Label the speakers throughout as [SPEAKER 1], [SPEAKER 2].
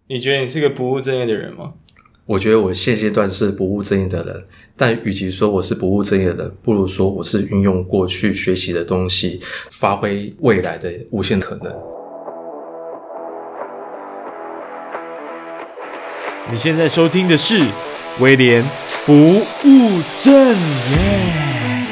[SPEAKER 1] 你觉得你是个不务正业的人吗？
[SPEAKER 2] 我觉得我现阶段是不务正业的人，但与其说我是不务正业的人，不如说我是运用过去学习的东西，发挥未来的无限可能。
[SPEAKER 1] 你现在收听的是威廉不务正业。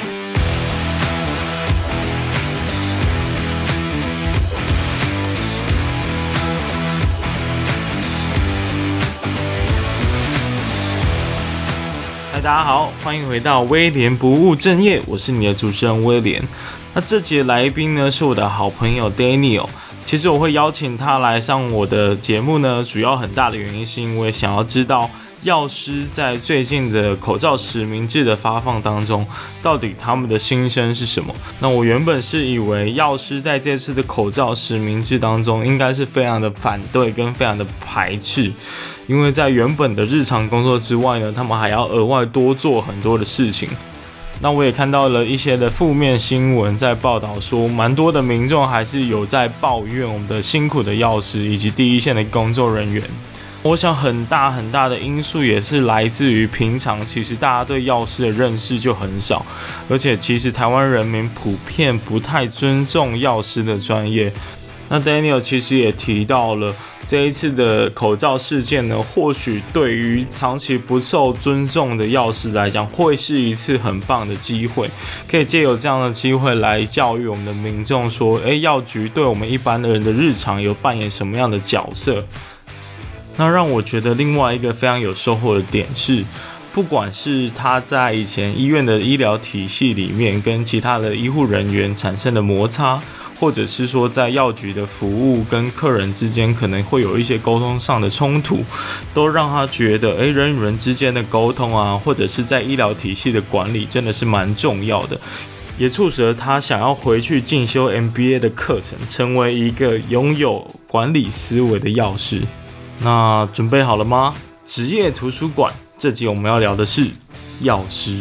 [SPEAKER 1] 大家好，欢迎回到威廉不务正业，我是你的主持人威廉。那这集的来宾呢是我的好朋友 Daniel。其实我会邀请他来上我的节目呢，主要很大的原因是因为想要知道药师在最近的口罩实名制的发放当中，到底他们的心声是什么。那我原本是以为药师在这次的口罩实名制当中应该是非常的反对跟非常的排斥，因为在原本的日常工作之外呢，他们还要额外多做很多的事情。那我也看到了一些的负面新闻在报道说，蛮多的民众还是有在抱怨我们的辛苦的药师以及第一线的工作人员。我想很大的因素也是来自于平常其实大家对药师的认识就很少，而且其实台湾人民普遍不太尊重药师的专业。那 Daniel 其实也提到了这一次的口罩事件呢，或许对于长期不受尊重的药师来讲，会是一次很棒的机会，可以借由这样的机会来教育我们的民众说，药局对我们一般的人的日常有扮演什么样的角色。那让我觉得另外一个非常有收获的点是，不管是他在以前医院的医疗体系里面跟其他的医护人员产生的摩擦，或者是说在药局的服务跟客人之间可能会有一些沟通上的冲突，都让他觉得人与人之间的沟通啊，或者是在医疗体系的管理真的是蛮重要的，也促使了他想要回去进修 MBA 的课程，成为一个拥有管理思维的药师。那准备好了吗？职业图书馆，这集我们要聊的是药师。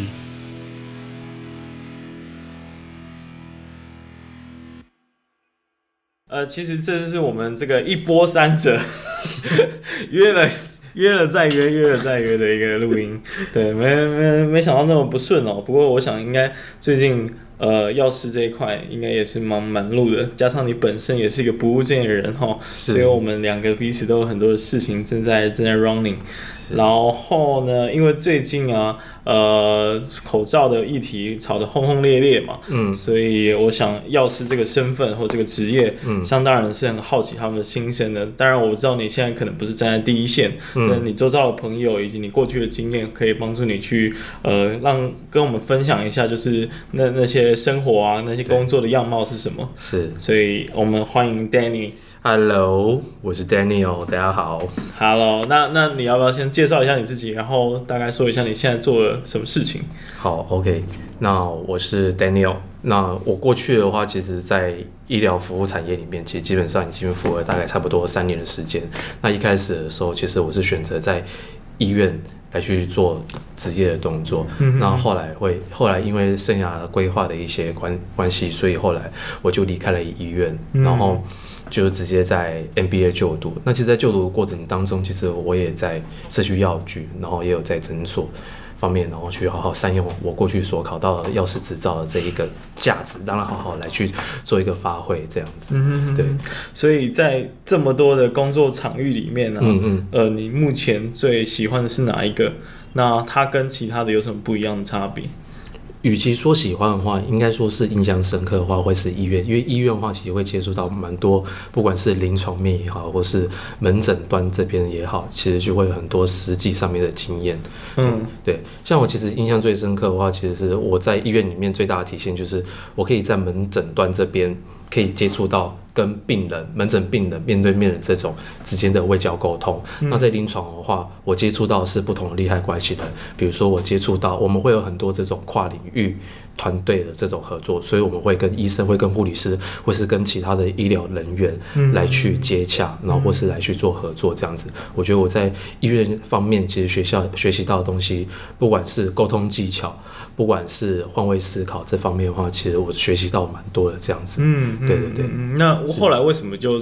[SPEAKER 1] 其实这是我们这个一波三折约了再约，约了再约的一个录音。对，没想到那么不顺哦。不过我想应该最近药师这一块应该也是蛮碌的，加上你本身也是一个不务正业的人哈，所以我们两个彼此都有很多的事情正在 running。然后呢，因为最近啊，口罩的议题吵得轰轰烈烈嘛，所以我想药师这个身份或这个职业，相当然是很好奇他们的心声的。当然我知道你现在可能不是站在第一线，但你周遭的朋友以及你过去的经验，可以帮助你去跟我们分享一下，就是那些生活啊，那些工作的样貌是什么？是，所以我们欢迎 Danny。Hello，
[SPEAKER 2] 我是 Daniel， 大家好。
[SPEAKER 1] Hello， 那你要不要先介绍一下你自己，然后大概说一下你现在做了什么事情？
[SPEAKER 2] 好 ，OK， 那我是 Daniel。那我过去的话，其实在医疗服务产业里面，其实基本上已经服务了大概差不多3年的时间。那一开始的时候，其实我是选择在医院来去做职业的动作，那后来因为生涯规划的一些关系，所以后来我就离开了医院，然后就直接在 MBA 就读。那其实在就读的过程当中，其实我也在社区药局，然后也有在诊所方面，然后去好好善用我过去所考到的药师执照的这一个价值，当然好好来去做一个发挥，这样子。对。
[SPEAKER 1] 所以在这么多的工作场域里面呢，你目前最喜欢的是哪一个？那它跟其他的有什么不一样的差别？
[SPEAKER 2] 与其说喜欢的话，应该说是印象深刻的话，会是医院，因为医院的话，其实会接触到蛮多，不管是临床面也好，或是门诊端这边也好，其实就会有很多实际上面的经验。对，像我其实印象最深刻的话，其实是我在医院里面最大的体现就是我可以在门诊端这边可以接触到跟门诊病人面对面的这种之间的卫教沟通。那在临床的话，我接触到的是不同的利害关系人，比如说我接触到我们会有很多这种跨领域团队的这种合作，所以我们会跟医生、会跟护理师，或是跟其他的医疗人员来去接洽，然后或是来去做合作这样子。我觉得我在医院方面，其实学习到的东西，不管是沟通技巧，不管是换位思考这方面的话，其实我学习到蛮多的这样子。对。
[SPEAKER 1] 那后来为什么就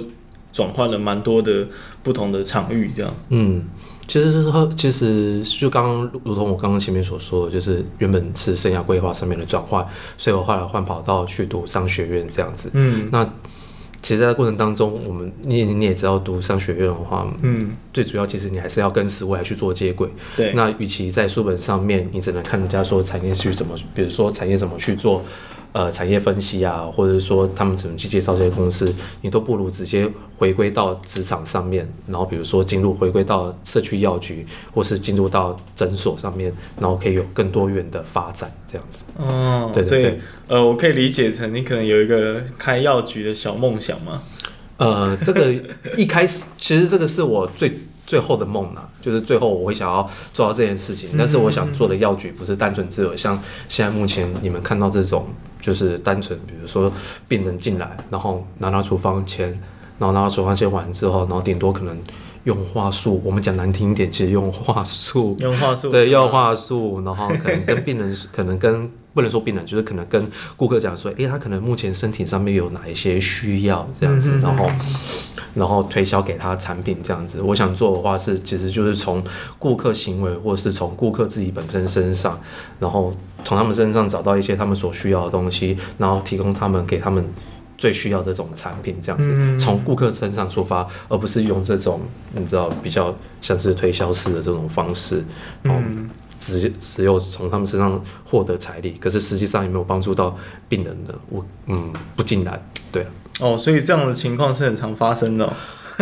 [SPEAKER 1] 转换了蛮多的不同的场域，这样。
[SPEAKER 2] 其实就如同我刚刚前面所说的，就是原本是生涯规划上面的转换，所以我后来换跑道去读商学院这样子。那其实在过程当中，你也知道，读商学院的话，最主要其实你还是要跟实务来去做接轨。
[SPEAKER 1] 对。
[SPEAKER 2] 那与其在书本上面，你只能看人家说产业去怎么，比如说产业怎么去做。产业分析啊，或者说他们怎么去介绍这些公司，你都不如直接回归到职场上面，然后比如说回归到社区药局，或是进入到诊所上面，然后可以有更多元的发展，这样子。对，
[SPEAKER 1] 所以我可以理解成你可能有一个开药局的小梦想吗？
[SPEAKER 2] 这个一开始其实这个是我最后的梦啊，就是最后我会想要做到这件事情。但是我想做的药局不是单纯只有像现在目前你们看到这种，就是单纯比如说病人进来，然后拿到处方签，然后拿到处方签完之后，然后顶多可能用话术，我们讲难听一点，其实用话术，对，用话术，然后可能跟病人，不能说病人，就是可能跟顾客讲说，他可能目前身体上面有哪一些需要这样子，然后推销给他产品这样子。我想做的话其实就是从顾客行为，或是从顾客自己本身身上，然后从他们身上找到一些他们所需要的东西，然后提供给他们最需要的这种产品，这样子，从顾客身上出发，而不是用这种你知道比较像是推销式的这种方式，只有从他们身上获得财力，可是实际上有没有帮助到病人的，不尽然，对。
[SPEAKER 1] 所以这样的情况是很常发生的。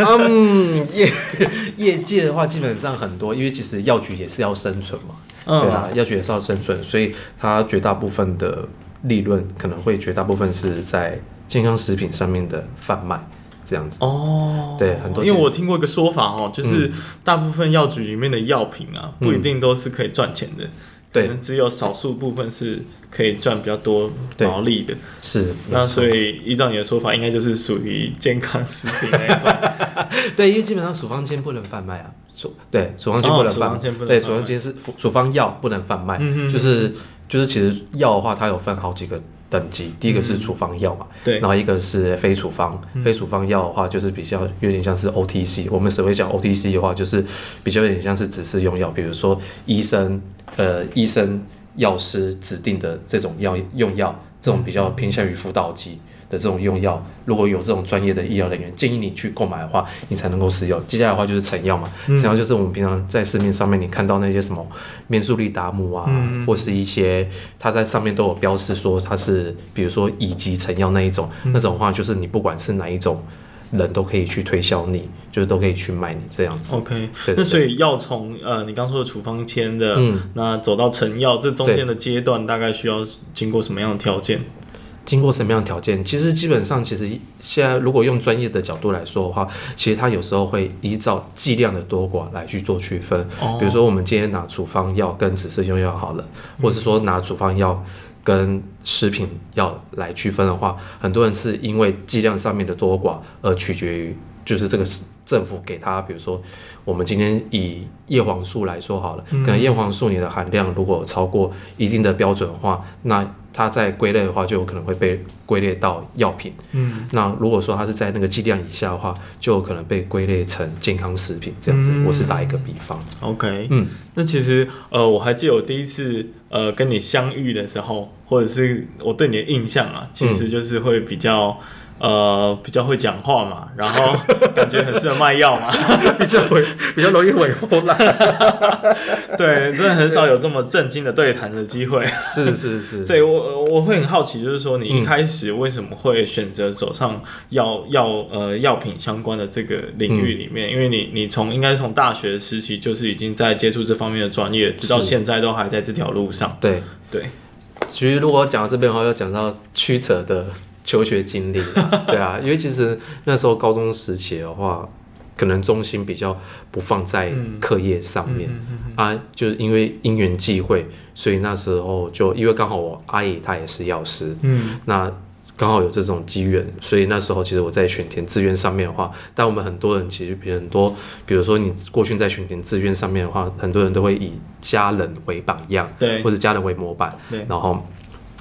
[SPEAKER 2] 业界的话基本上很多，因为其实药局也是要生存嘛，对啊，药局也是要生存，所以它绝大部分的利润可能会绝大部分是在健康食品上面的贩卖。这样子对，很多。
[SPEAKER 1] 因为我听过一个说法就是大部分药局里面的药品啊，不一定都是可以赚钱的，可能只有少数部分是可以赚比较多毛利的。
[SPEAKER 2] 是，
[SPEAKER 1] 那所以依照你的说法，应该就是属于健康食品那一块。
[SPEAKER 2] 对，因为基本上处方签不能贩卖啊，对，处方签不能贩卖，对，处方签是处方药不能贩卖，就是其实药的话，它有分好几个等级，第一个是处方药嘛，
[SPEAKER 1] 对，
[SPEAKER 2] 然后一个是非处方，非处方药的话就是比较有点像是 OTC， 我们所谓讲 OTC 的话，就是比较有点像是指示用药，比如说医生、药师指定的这种用药，这种比较偏向于辅导级的这种用药，如果有这种专业的医疗人员建议你去购买的话，你才能够使用。接下来的话就是成药嘛，成药就是我们平常在市面上面你看到那些什么面速利达姆啊，或是一些它在上面都有标示说它是比如说乙级成药那一种，那种的话就是你不管是哪一种人都可以去推销你，就是都可以去卖你这样子。
[SPEAKER 1] OK， 那所以要从你刚说的处方签的，那走到成药这中间的阶段，大概需要经过什么样的条件？
[SPEAKER 2] 经过什么样的条件？其实基本上，现在如果用专业的角度来说的话，其实它有时候会依照剂量的多寡来去做区分。比如说我们今天拿处方药跟指示用药好了，或是说拿处方药跟食品药来区分的话，很多人是因为剂量上面的多寡而取决于就是这个政府给他，比如说我们今天以叶黄素来说好了，可能叶黄素你的含量如果超过一定的标准的话，那它在归类的话就有可能会被归类到药品。那如果说它是在那个剂量以下的话，就有可能被归类成健康食品这样子。我是打一个比方。
[SPEAKER 1] OK，那其实我还记得我第一次跟你相遇的时候，或者是我对你的印象啊，其实就是会比较会讲话嘛，然后感觉很适合卖药嘛，
[SPEAKER 2] 比较容易尾后啦。
[SPEAKER 1] 对，真的很少有这么正经的对谈的机会。
[SPEAKER 2] 是，
[SPEAKER 1] 所以我会很好奇，就是说你一开始为什么会选择走上药品相关的这个领域里面？因为你应该从大学时期就是已经在接触这方面的专业，直到现在都还在这条路上。对。
[SPEAKER 2] 其实如果讲到这边的话，要讲到曲折的求学经历对啊，因为其实那时候高中时期的话，可能重心比较不放在课业上面就是因为因缘际会，所以那时候就因为刚好我阿姨她也是药师，那刚好有这种机缘，所以那时候其实我在选填志愿上面的话，但我们很多人其实比如说你过去在选填志愿上面的话，很多人都会以家人为榜样，对，或者家人为模板，对，然后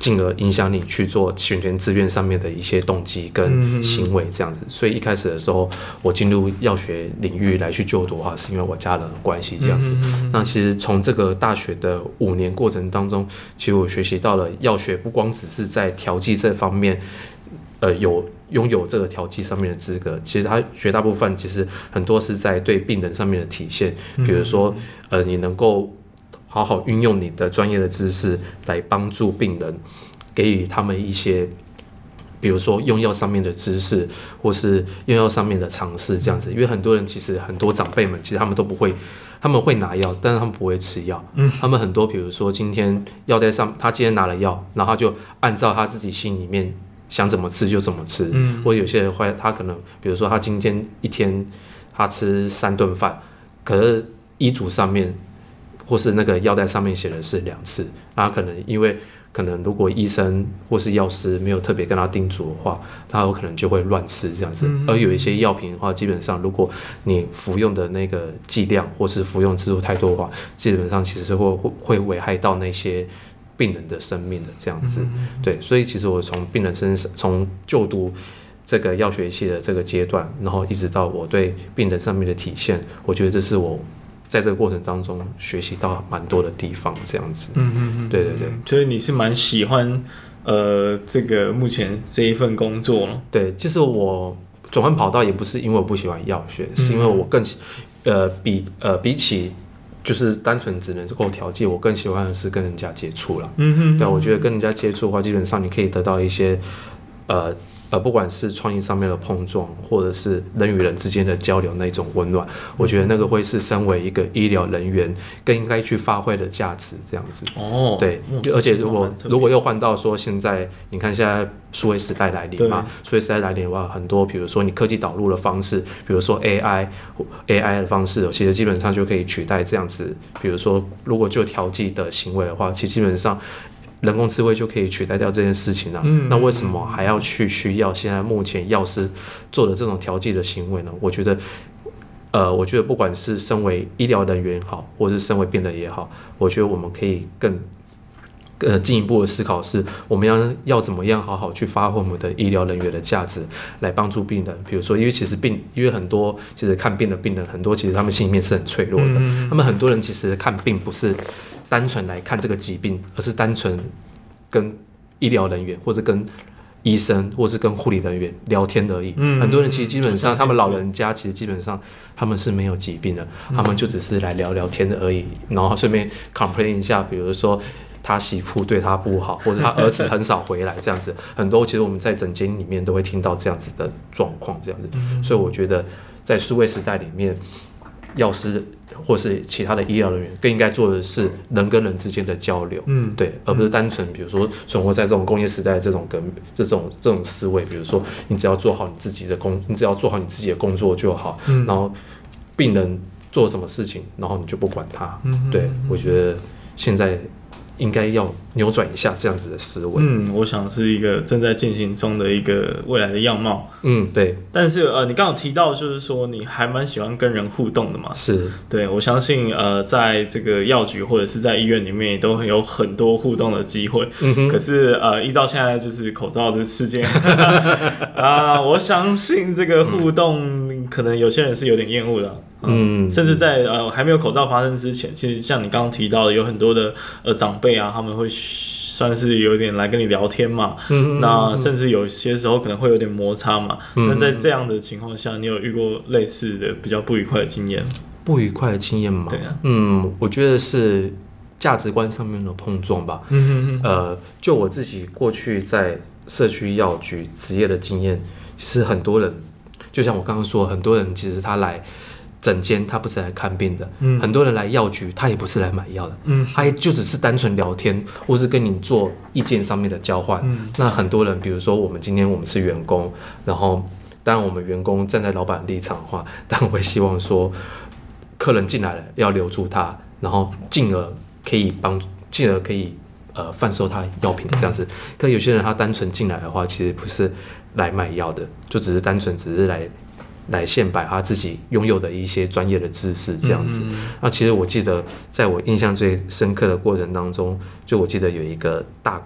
[SPEAKER 2] 进而影响你去做选填志愿上面的一些动机跟行为这样子。所以一开始的时候，我进入药学领域来去就读的话，是因为我家人的关系这样子。那其实从这个大学的5年过程当中，其实我学习到了药学不光只是在调剂这方面，拥有这个调剂上面的资格，其实它绝大部分其实很多是在对病人上面的体现，比如说你能够好好运用你的专业的知识来帮助病人，给予他们一些比如说用药上面的知识，或是用药上面的尝试这样子。因为很多人其实很多长辈们其实他们都不会，他们会拿药，但是他们不会吃药。他们很多比如说今天药袋上他今天拿了药，然后他就按照他自己心里面想怎么吃就怎么吃。或者有些人会他可能比如说他今天一天他吃3顿饭，可是医嘱上面或是那个药袋上面写的是2次，那可能因为可能如果医生或是药师没有特别跟他叮嘱的话，他有可能就会乱吃这样子。而有一些药品的话，基本上如果你服用的那个剂量或是服用次数太多的话，基本上其实会危害到那些病人的生命的这样子。对，所以其实我从病人身上，从就读这个药学系的这个阶段，然后一直到我对病人上面的体现，我觉得这是我在这个过程当中学习到蛮多的地方，这样子。对对对，
[SPEAKER 1] 所以你是蛮喜欢这个目前这一份工作了。
[SPEAKER 2] 对，其实我转换跑道也不是因为我不喜欢药学，是因为我更比起就是单纯只能够调剂，我更喜欢的是跟人家接触了。对，我觉得跟人家接触的话，基本上你可以得到一些不管是创意上面的碰撞，或者是人与人之间的交流那种温暖，我觉得那个会是身为一个医疗人员更应该去发挥的价值，这样子。对，而且如果又换到说现在，你看现在数位时代来临嘛，数位时代来临的话，很多比如说你科技导入的方式，比如说 AI 的方式，其实基本上就可以取代这样子。比如说，如果就调剂的行为的话，其实基本上人工智慧就可以取代掉这件事情了。那为什么还要需要现在目前药师做的这种调剂的行为呢？我觉得不管是身为医疗人员也好，或是身为病人也好，我觉得我们可以更进一步的思考是，我们要怎么样好好去发挥我们的医疗人员的价值，来帮助病人。比如说，因为很多其实看病的病人很多，其实他们心里面是很脆弱的。他们很多人其实看病不是单纯来看这个疾病，而是单纯跟医疗人员或者跟医生或是跟护理人员聊天而已。很多人其实基本上他们老人家其实基本上他们是没有疾病的，他们就只是来聊聊天而已，然后顺便 complain 一下，比如说他媳妇对他不好，或者他儿子很少回来这样子。很多其实我们在诊间里面都会听到这样子的状况，这样子。所以我觉得在数位时代里面，药师或是其他的医疗人员更应该做的是人跟人之间的交流。对，而不是单纯比如说存活在这种工业时代这种思维。比如说你只要做好你自己的工作就好，然后病人做什么事情，然后你就不管他。对，我觉得现在应该要扭转一下这样子的思维。
[SPEAKER 1] 我想是一个正在进行中的一个未来的样貌。
[SPEAKER 2] 对。
[SPEAKER 1] 但是你刚刚有提到，就是说你还蛮喜欢跟人互动的嘛？
[SPEAKER 2] 是。
[SPEAKER 1] 对，我相信在这个药局或者是在医院里面，也都有很多互动的机会。可是依照现在就是口罩的事件我相信这个互动可能有些人是有点厌恶的。甚至在还没有口罩发生之前，其实像你刚刚提到的，有很多的长辈啊，他们会算是有点来跟你聊天嘛。那甚至有些时候可能会有点摩擦嘛。那在这样的情况下，你有遇过类似的比较不愉快的经验？
[SPEAKER 2] 不愉快的经验吗？
[SPEAKER 1] 对啊。
[SPEAKER 2] 我觉得是价值观上面的碰撞吧。就我自己过去在社区药局职业的经验，其实很多人，就像我刚刚说，很多人其实他来诊间他不是来看病的。很多人来药局他也不是来买药的。他就只是单纯聊天，或是跟你做意见上面的交换。那很多人比如说今天我们是员工，然后当然我们员工站在老板立场的话，当然会希望说客人进来了要留住他，然后进而可以贩售他药品这样子。可有些人他单纯进来的话，其实不是来买药的，就只是单纯来献摆他自己拥有的一些专业的知识这样子。那其实我记得在我印象最深刻的过程当中，就我记得有一个大哥，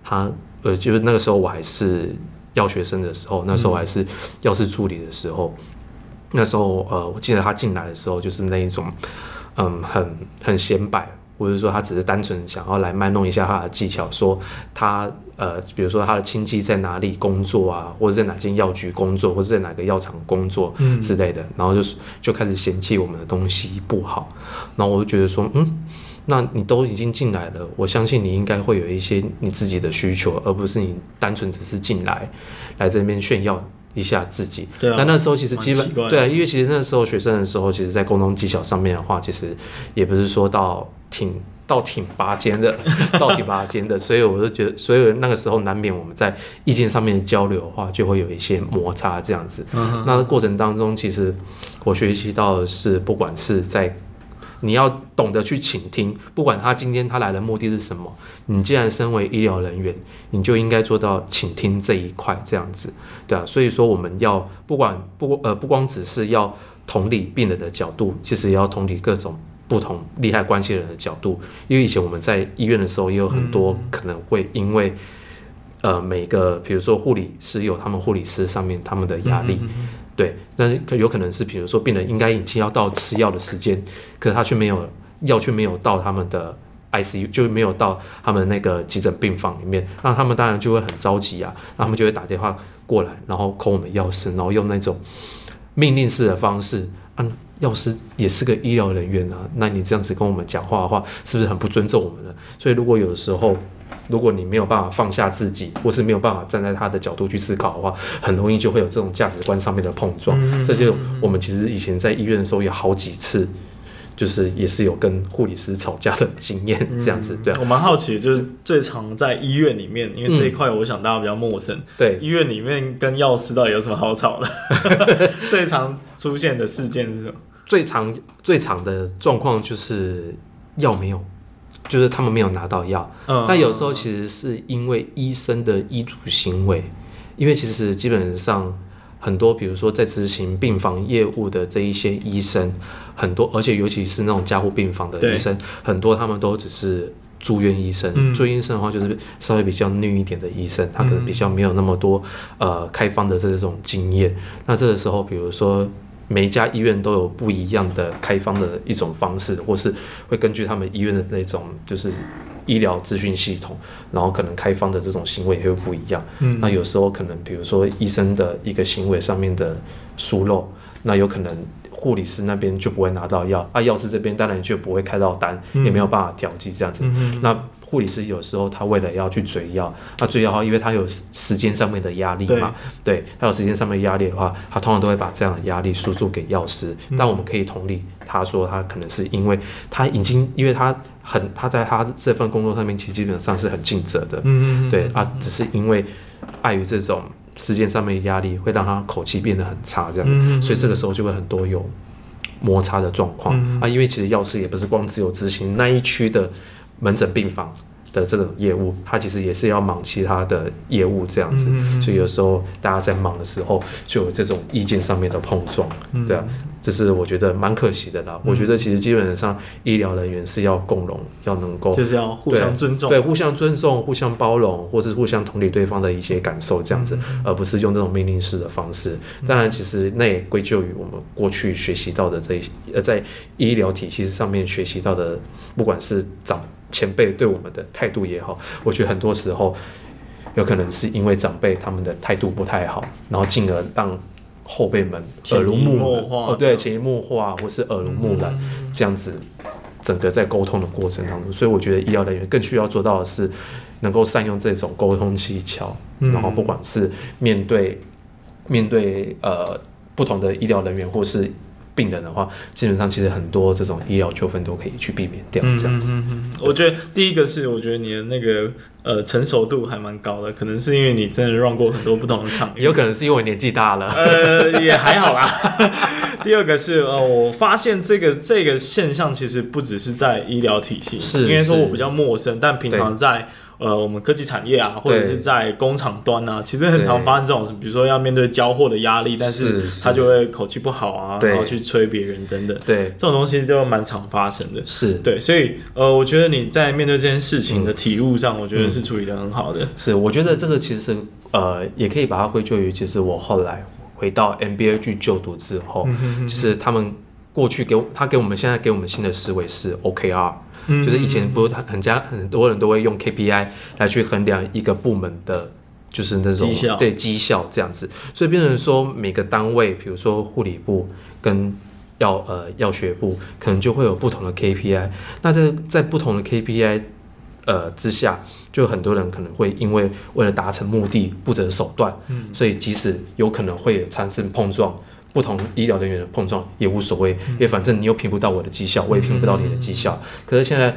[SPEAKER 2] 就是那个时候我还是药学生的时候，那时候我还是药师助理的时候，那时候我记得他进来的时候就是那一种很显摆，或者说他只是单纯想要来卖弄一下他的技巧，说他比如说他的亲戚在哪里工作啊，或者在哪间药局工作，或者在哪个药厂工作之类的，然后就开始嫌弃我们的东西不好，然后我就觉得说那你都已经进来了，我相信你应该会有一些你自己的需求，而不是你单纯只是进来这边炫耀一下自己。
[SPEAKER 1] 对啊，
[SPEAKER 2] 那时候其实基本对啊，因为其实那时候学生的时候，其实在沟通技巧上面的话，其实也不是说到挺拔尖的，所以我就觉得，所以那个时候难免我们在意见上面的交流的话，就会有一些摩擦这样子。那过程当中，其实我学习到的是，不管是在你要懂得去倾听，不管他今天他来的目的是什么，你既然身为医疗人员，你就应该做到倾听这一块，这样子，对啊。所以说我们要不光只是要同理病人的角度，其实也要同理各种不同利害关系人的角度。因为以前我们在医院的时候，也有很多可能会因为每个比如说护理师有他们护理师上面他们的压力。对，但有可能是，比如说病人应该已经要到吃药的时间，可是他却没有到他们的 ICU， 就没有到他们那个急诊病房里面，那他们当然就会很着急啊，那他们就会打电话过来，然后 call 我们药师，然后用那种命令式的方式，药师也是个医疗人员啊，那你这样子跟我们讲话的话，是不是很不尊重我们呢？所以如果有的时候，如果你没有办法放下自己，或是没有办法站在他的角度去思考的话，很容易就会有这种价值观上面的碰撞。这就我们其实以前在医院的时候有好几次，就是也是有跟护理师吵架的经验，这样子。对啊，
[SPEAKER 1] 我蛮好奇的，就是最常在医院里面，因为这一块我想大家比较陌生。对，医院里面跟药师到底有什么好吵的？最常出现的事件是什么？
[SPEAKER 2] 最常的状况就是药没有。就是他们没有拿到药，但有时候其实是因为医生的医嘱行为，因为其实基本上很多，比如说在执行病房业务的这一些医生，很多，而且尤其是那种加护病房的医生，很多他们都只是住院医生。住院医生的话，就是稍微比较嫩一点的医生，他可能比较没有那么多开方的这种经验。那这个时候，比如说，每一家医院都有不一样的开方的一种方式，或是会根据他们医院的那种就是医疗资讯系统，然后可能开方的这种行为也会不一样。那有时候可能比如说医生的一个行为上面的疏漏，那有可能护理师那边就不会拿到药，药师这边当然就不会开到单，也没有办法调剂这样子。那护理师有时候他为了要去追药，追药因为他有时间上面的压力嘛，对，他有时间上面的压力的话，他通常都会把这样的压力输出给药师。但我们可以同理，他说他可能是因为他已经，因为他在他这份工作上面其实基本上是很尽责的，对只是因为碍于这种时间上面的压力，会让他口气变得很差，这样，所以这个时候就会很多有摩擦的状况因为其实药师也不是光只有执行那一区的门诊病房的这种业务，他其实也是要忙其他的业务这样子，所以有时候大家在忙的时候就有这种意见上面的碰撞，对啊，这是我觉得蛮可惜的啦。我觉得其实基本上医疗人员是要共融，要能够
[SPEAKER 1] 就是要互相尊重，
[SPEAKER 2] 对，互相尊重、互相包容，或是互相同理对方的一些感受这样子，而不是用这种命令式的方式。当然，其实那也归咎于我们过去学习到的这一些在医疗体系上面学习到的，不管是前辈对我们的态度也好，我觉得很多时候有可能是因为长辈他们的态度不太好，然后进而让后辈们耳濡目染，对，潜移默化或是耳濡目染这样子，整个在沟通的过程当中，所以我觉得医疗人员更需要做到的是能够善用这种沟通技巧，然后不管是面对不同的医疗人员或是病人的话，基本上其实很多这种医疗纠纷都可以去避免掉，这样子。
[SPEAKER 1] 我觉得第一个是，我觉得你的那个成熟度还蛮高的，可能是因为你真的 run 过很多不同的场域，
[SPEAKER 2] 有可能是因为我年纪大了，
[SPEAKER 1] 也还好啦。第二个是我发现这个现象其实不只是在医疗体系，因为说我比较陌生，但平常在我们科技产业啊，或者是在工厂端啊，其实很常发生这种事，比如说要面对交货的压力，但是他就会口气不好啊，然后去催别人等等，
[SPEAKER 2] 对，
[SPEAKER 1] 这种东西就蛮常发生的。
[SPEAKER 2] 是，
[SPEAKER 1] 对，所以我觉得你在面对这件事情的体悟上，我觉得是处理得很好的。
[SPEAKER 2] 是，我觉得这个其实是也可以把它归咎于，其实我后来回到 MBA 去就读之后，其实他们过去现在给我们新的思维是 OKR。就是以前不是很多人都会用 KPI 来去衡量一个部门的，就是那种绩效这样子，所以变成说每个单位，比如说护理部跟药学部，可能就会有不同的 KPI。那在不同的 KPI 之下，就很多人可能会因为了达成目的不择手段，所以即使有可能会产生碰撞。不同医疗人员的碰撞也无所谓，因为反正你又评不到我的绩效，我也评不到你的绩效。可是现在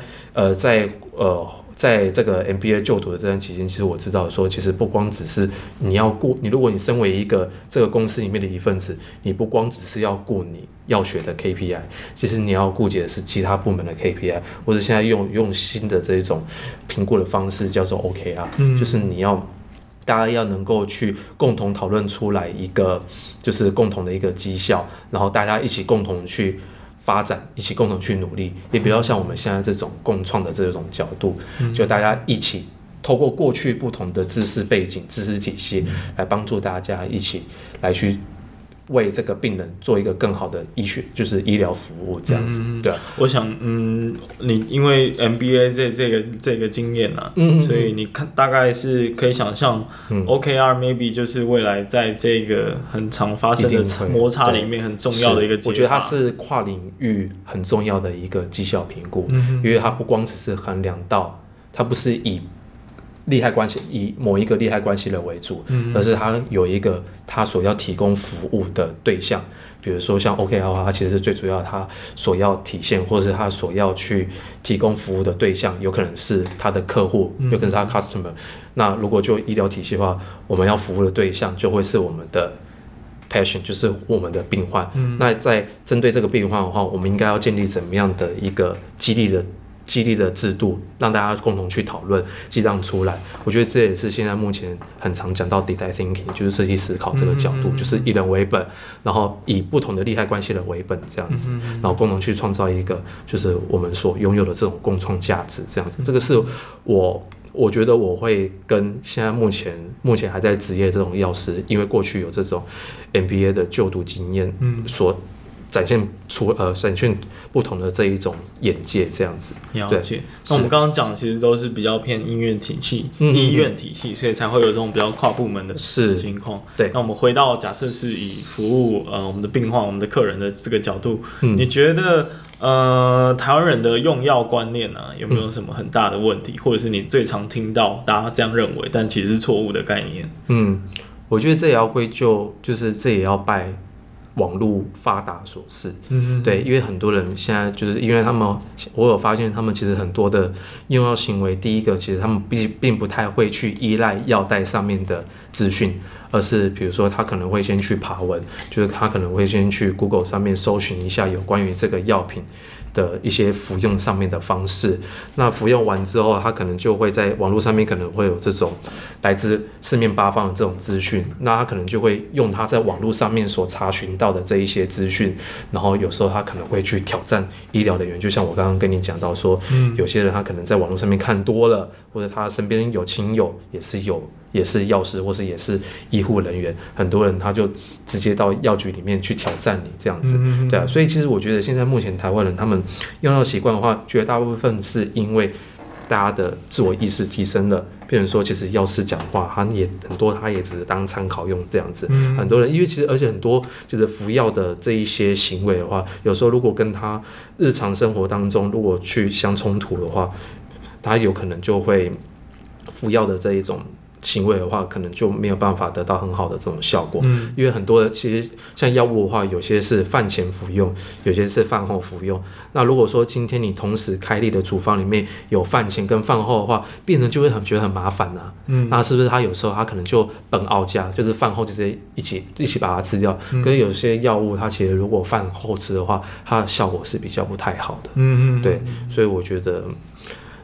[SPEAKER 2] 在这个 MBA 就读的这段期间，其实我知道说，其实不光只是你如果你身为一个这个公司里面的一份子，你不光只是要顾你药学的 KPI， 其实你要顾及的是其他部门的 KPI， 或者现在用新的这种评估的方式叫做 OKR，就是大家要能够去共同讨论出来一个就是共同的一个绩效，然后大家一起共同去发展，一起共同去努力，也比较像我们现在这种共创的这种角度，就大家一起透过过去不同的知识背景、知识体系来帮助大家一起来去为这个病人做一个更好的就是医疗服务这样子。对啊，
[SPEAKER 1] 我想，你因为 MBA 这个经验啊，所以你看大概是可以想象，OKR maybe 就是未来在这个很常发生的摩擦里面很重要的一个解法。
[SPEAKER 2] 我觉得它是跨领域很重要的一个绩效评估，因为它不光只是衡量到，它不是以某一个利害关系人为主，而是他有一个他所要提供服务的对象，比如说像 OKR 的话，它其实是最主要他所要体现，或者是他所要去提供服务的对象，有可能是他的客户，有可能是他 customer。那如果就医疗体系的话，我们要服务的对象就会是我们的 patient， 就是我们的病患。那在针对这个病患的话，我们应该要建立怎么样的一个激励的制度，让大家共同去讨论，激荡出来。我觉得这也是现在目前很常讲到 design thinking， 就是设计思考这个角度，就是以人为本，然后以不同的利害关系人为本这样子，然后共同去创造一个就是我们所拥有的这种共创价值这样子。这个是我觉得我会跟现在目前还在职业这种药师，因为过去有这种 MBA 的就读经验所展现不同的这一种眼界，这样子。
[SPEAKER 1] 了解。那我们刚刚讲的其实都是比较偏医院体系，所以才会有这种比较跨部门的情况。
[SPEAKER 2] 对。
[SPEAKER 1] 那我们回到假设是以服务我们的病患、我们的客人的这个角度，你觉得台湾人的用药观念啊，有没有什么很大的问题，或者是你最常听到大家这样认为，但其实是错误的概念？
[SPEAKER 2] 我觉得这也要归咎，就是这也要拜网络发达所赐，对，因为很多人现在就是因为我有发现他们其实很多的用药行为，第一个其实他们并不太会去依赖药袋上面的资讯，而是比如说他可能会先去爬文，就是他可能会先去 Google 上面搜寻一下有关于这个药品的一些服用上面的方式，那服用完之后，他可能就会在网络上面可能会有这种来自四面八方的这种资讯，那他可能就会用他在网络上面所查询到的这一些资讯，然后有时候他可能会去挑战医疗人员，就像我刚刚跟你讲到说，有些人他可能在网络上面看多了，或者他身边有亲友也是药师或是也是医护人员，很多人他就直接到药局里面去挑战你这样子，对啊，所以其实我觉得现在目前台湾人他们用药习惯的话，绝大部分是因为大家的自我意识提升了，变成说其实药师讲话他也只是当参考用这样子，很多人因为其实而且很多就是服药的这一些行为的话，有时候如果跟他日常生活当中如果去相冲突的话，他有可能就会服药的这一种行为的话，可能就没有办法得到很好的这种效果，因为很多的其实像药物的话，有些是饭前服用，有些是饭后服用。那如果说今天你同时开立的处方里面有饭前跟饭后的话，病人就会觉得很麻烦啊。那是不是他有时候他可能就本奥价，就是饭后直接一起把它吃掉？可是有些药物它其实如果饭后吃的话，它的效果是比较不太好的。对，所以我觉得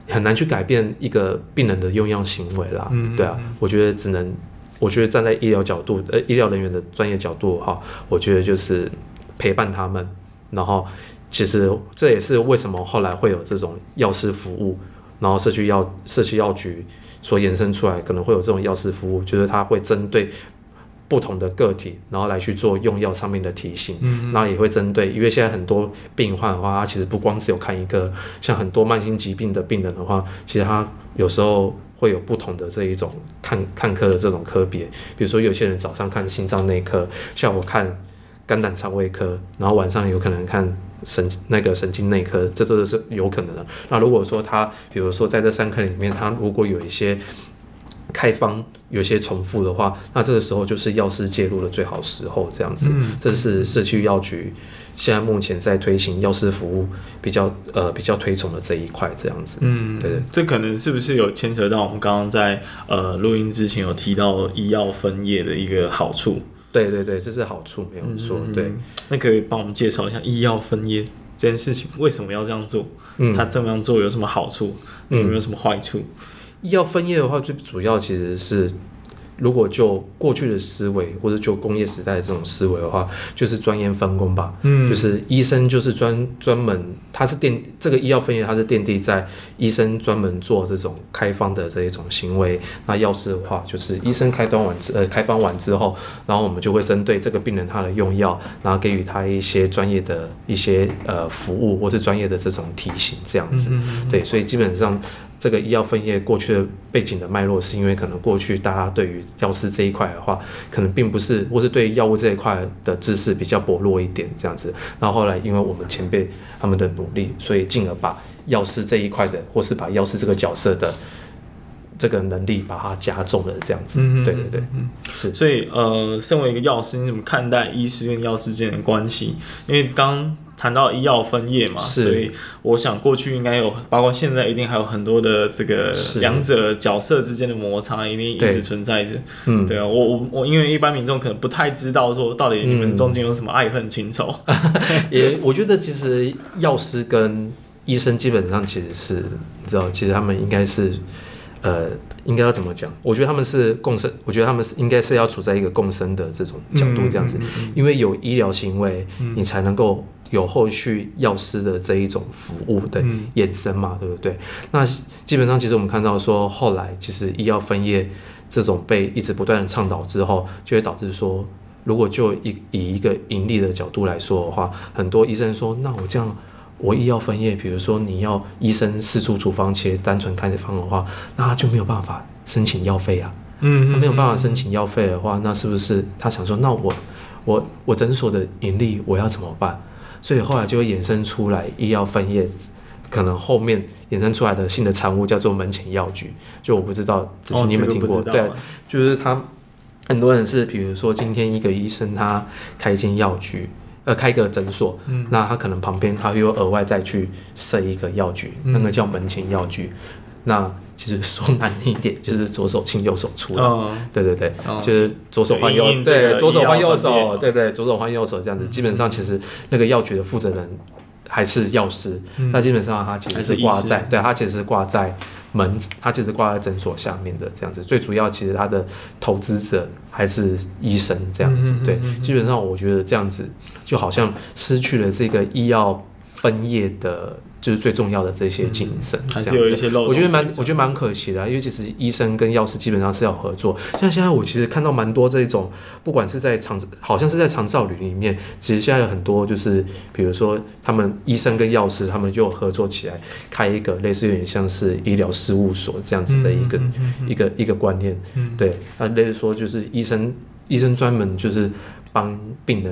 [SPEAKER 2] 很难去改变一个病人的用药行为啦。对啊，我觉得站在医疗角度，医疗人员的专业角度哈，我觉得就是陪伴他们，然后其实这也是为什么后来会有这种药师服务，然后社区药局所衍生出来可能会有这种药师服务，就是它会针对不同的个体，然后来去做用药上面的提醒，然后也会针对，因为现在很多病患的话，他其实不光只有看一个，像很多慢性疾病的病人的话，其实他有时候会有不同的这一种看科的这种科别，比如说有些人早上看心脏内科，下午看肝胆肠胃科，然后晚上有可能看神经内科，这都是有可能的。那如果说他，比如说在这3科里面，他如果有一些开方有些重复的话，那这个时候就是药师介入的最好时候，这样子。这是社区药局现在目前在推行药师服务比较推崇的这一块，这样子。对，
[SPEAKER 1] 这可能是不是有牵扯到我们刚刚在录音之前有提到医药分业的一个好处？
[SPEAKER 2] 对，这是好处，没有错。对，
[SPEAKER 1] 那可以帮我们介绍一下医药分业这件事情为什么要这样做？它这么样做有什么好处？有没有什么坏处？
[SPEAKER 2] 医药分业的话，最主要其实是，如果就过去的思维，或者就工业时代的这种思维的话，就是专业分工吧。就是医生就是专门，他是这个医药分业，它是奠定在医生专门做这种开方的这一种行为。那药师的话，就是医生开方完之后，然后我们就会针对这个病人他的用药，然后给予他一些专业的一些服务，或是专业的这种提醒，这样子。对，所以基本上。这个医药分业过去的背景的脉络，是因为可能过去大家对于药师这一块的话，可能并不是，或是对药物这一块的知识比较薄弱一点这样子。然后后来因为我们前辈他们的努力，所以进而把药师这一块的，或是把药师这个角色的这个能力把它加重了这样子。对，是。
[SPEAKER 1] 所以身为一个药师，你怎么看待医师跟药师之间的关系？因为刚谈到医药分业嘛，所以我想过去应该有，包括现在一定还有很多的这个两者角色之间的摩擦，一定一直存在着。对啊，我因为一般民众可能不太知道说到底你们中间有什么爱恨情仇。
[SPEAKER 2] 我觉得其实药师跟医生基本上其实是，你知道，其实他们应该是。应该要怎么讲？我觉得他们是共生，我觉得他们应该是要处在一个共生的这种角度这样子，因为有医疗行为，你才能够有后续药师的这一种服务的衍生嘛，对不对？那基本上其实我们看到说，后来其实医药分业这种被一直不断的倡导之后，就会导致说，如果就以一个盈利的角度来说的话，很多医生说，那我这样。我医药分业，比如说你要医生释出处方切单纯开方的话，那他就没有办法申请药费啊。他没有办法申请药费的话，那是不是他想说，那我诊所的盈利我要怎么办？所以后来就会衍生出来医药分业，可能后面衍生出来的新的产物叫做门前药局。就我不知道，只是你有没有听过？对，就是他很多人是，比如说今天一个医生他开一间药局。开一个诊所，那他可能旁边他又额外再去设一个药局，那个叫门前药局。那其实说难听一点，就是左手进右手出了。对，就是左手换右，对，左手换右手，对，左手换右手这样子。基本上其实那个药局的负责人还是药师，那基本上他其实是挂在，对，他其实是挂在。他其实挂在诊所下面的这样子，最主要其实他的投资者还是医生这样子，对，基本上我觉得这样子就好像失去了这个医药分业的。就是最重要的这些精神，
[SPEAKER 1] 还是有一些漏洞。
[SPEAKER 2] 我觉得蛮可惜的，因为其实医生跟药师基本上是要合作。像现在我其实看到蛮多这种，不管是在好像是在长照旅里面，其实现在有很多就是，比如说他们医生跟药师他们就合作起来，开一个类似有点像是医疗事务所这样子的一个观念。对，类似说就是医生专门就是帮病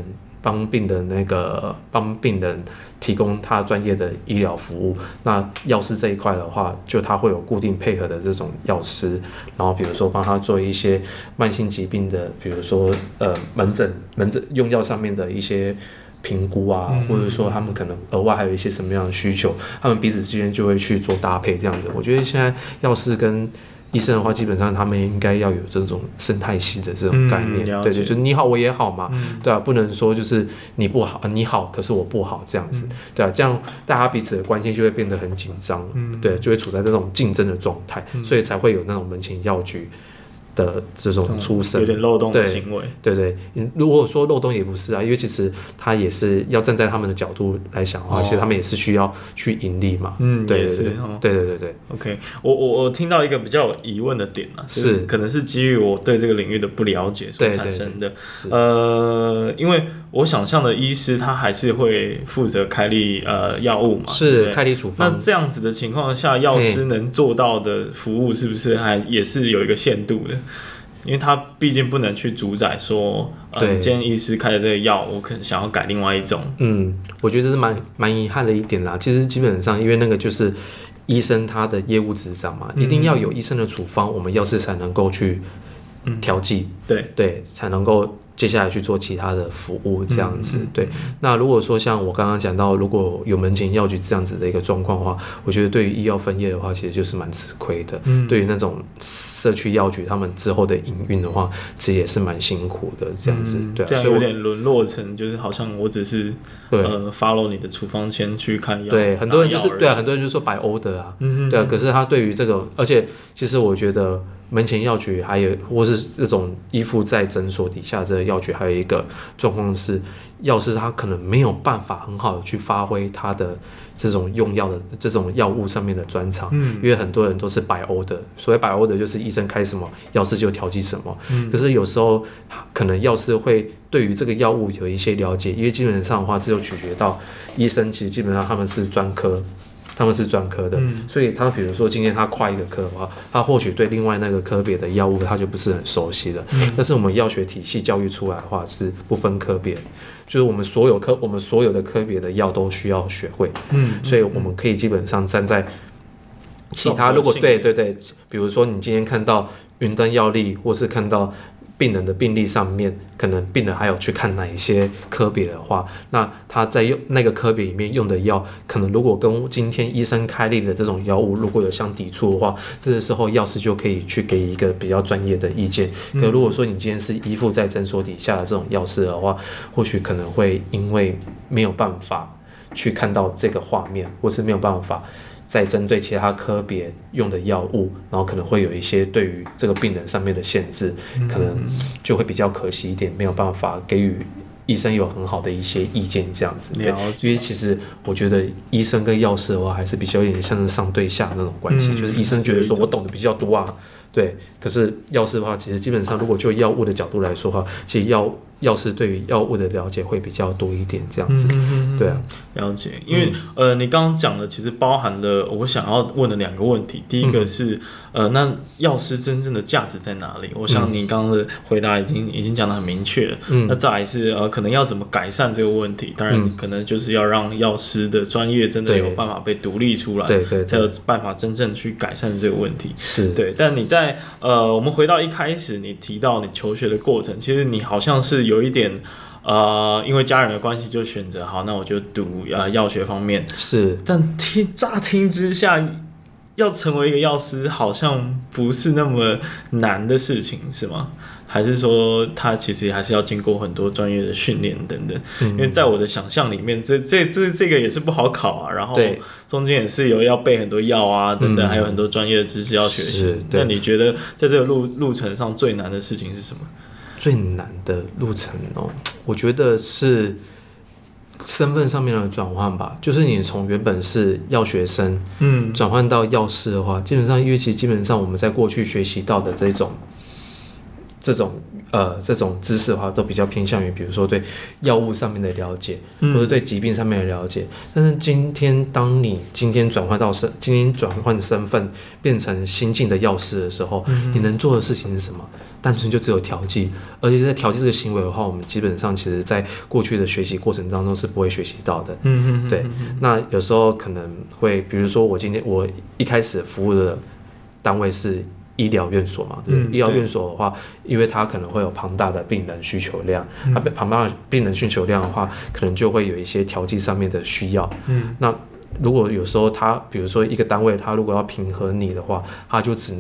[SPEAKER 2] 人提供他专业的医疗服务。那药师这一块的话，就他会有固定配合的这种药师，然后比如说帮他做一些慢性疾病的，比如说门诊用药上面的一些评估啊，或者说他们可能额外还有一些什么样的需求，他们彼此之间就会去做搭配这样子。我觉得现在药师跟医生的话，基本上他们应该要有这种生态系的这种概念，对，就是你好我也好嘛，对啊，不能说就是你不好，你好可是我不好这样子，对啊，这样大家彼此的关系就会变得很紧张，对，就会处在这种竞争的状态，所以才会有那种门前药局的这种出身，
[SPEAKER 1] 有点漏洞的行为。
[SPEAKER 2] 对，如果说漏洞也不是啊，因为其实他也是要站在他们的角度来想的话，其实他们也是需要去盈利嘛。对，对。
[SPEAKER 1] OK， 我听到一个比较有疑问的点啊，是可能是基于我对这个领域的不了解所产生的。因为我想象的医师他还是会负责开立药物嘛，
[SPEAKER 2] 是开立处方。
[SPEAKER 1] 那这样子的情况下，药师能做到的服务是不是也是有一个限度的？因为他毕竟不能去主宰说，今天医师开的这个药，我可能想要改另外一种。
[SPEAKER 2] 我觉得这是蛮遗憾的一点啦。其实基本上，因为那个就是医生他的业务执掌嘛，一定要有医生的处方，我们药师才能够去调剂，对，才能够接下来去做其他的服务这样子。对，那如果说像我刚刚讲到，如果有门前药局这样子的一个状况的话，我觉得对于医药分业的话，其实就是蛮吃亏的。对于那种社区药局他们之后的营运的话，其实也是蛮辛苦的这样子。对，
[SPEAKER 1] 这样有点沦落成就是好像我只是follow 你的处方签去看药。
[SPEAKER 2] 对，很多人就是很多人就说by order 啊，对啊。可是他对于这个，而且其实我觉得门前药局还有或是这种依附在诊所底下这个药局，还有一个状况是，药师他可能没有办法很好的去发挥他的这种用药的这种药物上面的专长，因为很多人都是by order，所谓by order就是医生开什么，药师就调剂什么。可是有时候可能药师会对于这个药物有一些了解，因为基本上的话，只有取决到医生，其实基本上他们是专科。的，所以他比如说今天他跨一个科的话，他或许对另外那个科别的药物他就不是很熟悉了。但是我们药学体系教育出来的话是不分科别，就是我们所有的科别的药都需要学会。所以我们可以基本上站在其他，如果对，比如说你今天看到云端药历，或是看到病人的病历上面，可能病人还有去看哪一些科别的话，那他在用那个科别里面用的药，可能如果跟今天医生开立的这种药物如果有相抵触的话，这个时候药师就可以去给一个比较专业的意见。可如果说你今天是依附在诊所底下的这种药师的话，或许可能会因为没有办法去看到这个画面，或是没有办法在针对其他科别用的药物，然后可能会有一些对于这个病人上面的限制，可能就会比较可惜一点，没有办法给予医生有很好的一些意见这样子。因为其实我觉得医生跟药师的话，还是比较有点像是上对下那种关系，就是医生觉得说我懂得比较多啊，对，可是药师的话，其实基本上如果就药物的角度来说的话，其实药师对于药物的了解会比较多一点，这样子，对啊，
[SPEAKER 1] 了解。因为你刚刚讲的其实包含了我想要问的2个问题。第一个是那药师真正的价值在哪里？我想你刚刚的回答已经讲得很明确了。那再来是可能要怎么改善这个问题？当然，可能就是要让药师的专业真的有办法被独立出来，对，才有办法真正去改善这个问题。
[SPEAKER 2] 是
[SPEAKER 1] 对。但你在我们回到一开始，你提到你求学的过程，其实你好像是有一点因为家人的关系就选择好，那我就读药学方面。
[SPEAKER 2] 是，
[SPEAKER 1] 但乍听之下，要成为一个药师好像不是那么难的事情，是吗？还是说他其实还是要经过很多专业的训练等等？因为在我的想象里面，这个也是不好考啊，然后中间也是有要背很多药啊等等，还有很多专业的知识要学习。那你觉得在这个路程上最难的事情是什么？
[SPEAKER 2] 最难的路程我觉得是身份上面的转换吧，就是你从原本是药学生，转换到药师的话，基本上因为其实基本上我们在过去学习到的这种知识的话，都比较偏向于比如说对药物上面的了解，或者对疾病上面的了解。但是当你今天转换身份变成新进的药师的时候，你能做的事情是什么？单纯就只有调剂，而且在调剂这个行为的话，我们基本上其实在过去的学习过程当中是不会学习到的。对。那有时候可能会，比如说我一开始服务的单位是医疗院所嘛，医疗院所的话，因为它可能会有庞大的病人需求量，它庞大的病人需求量的话，可能就会有一些调剂上面的需要。那如果有时候比如说一个单位，它如果要评核你的话，它就只能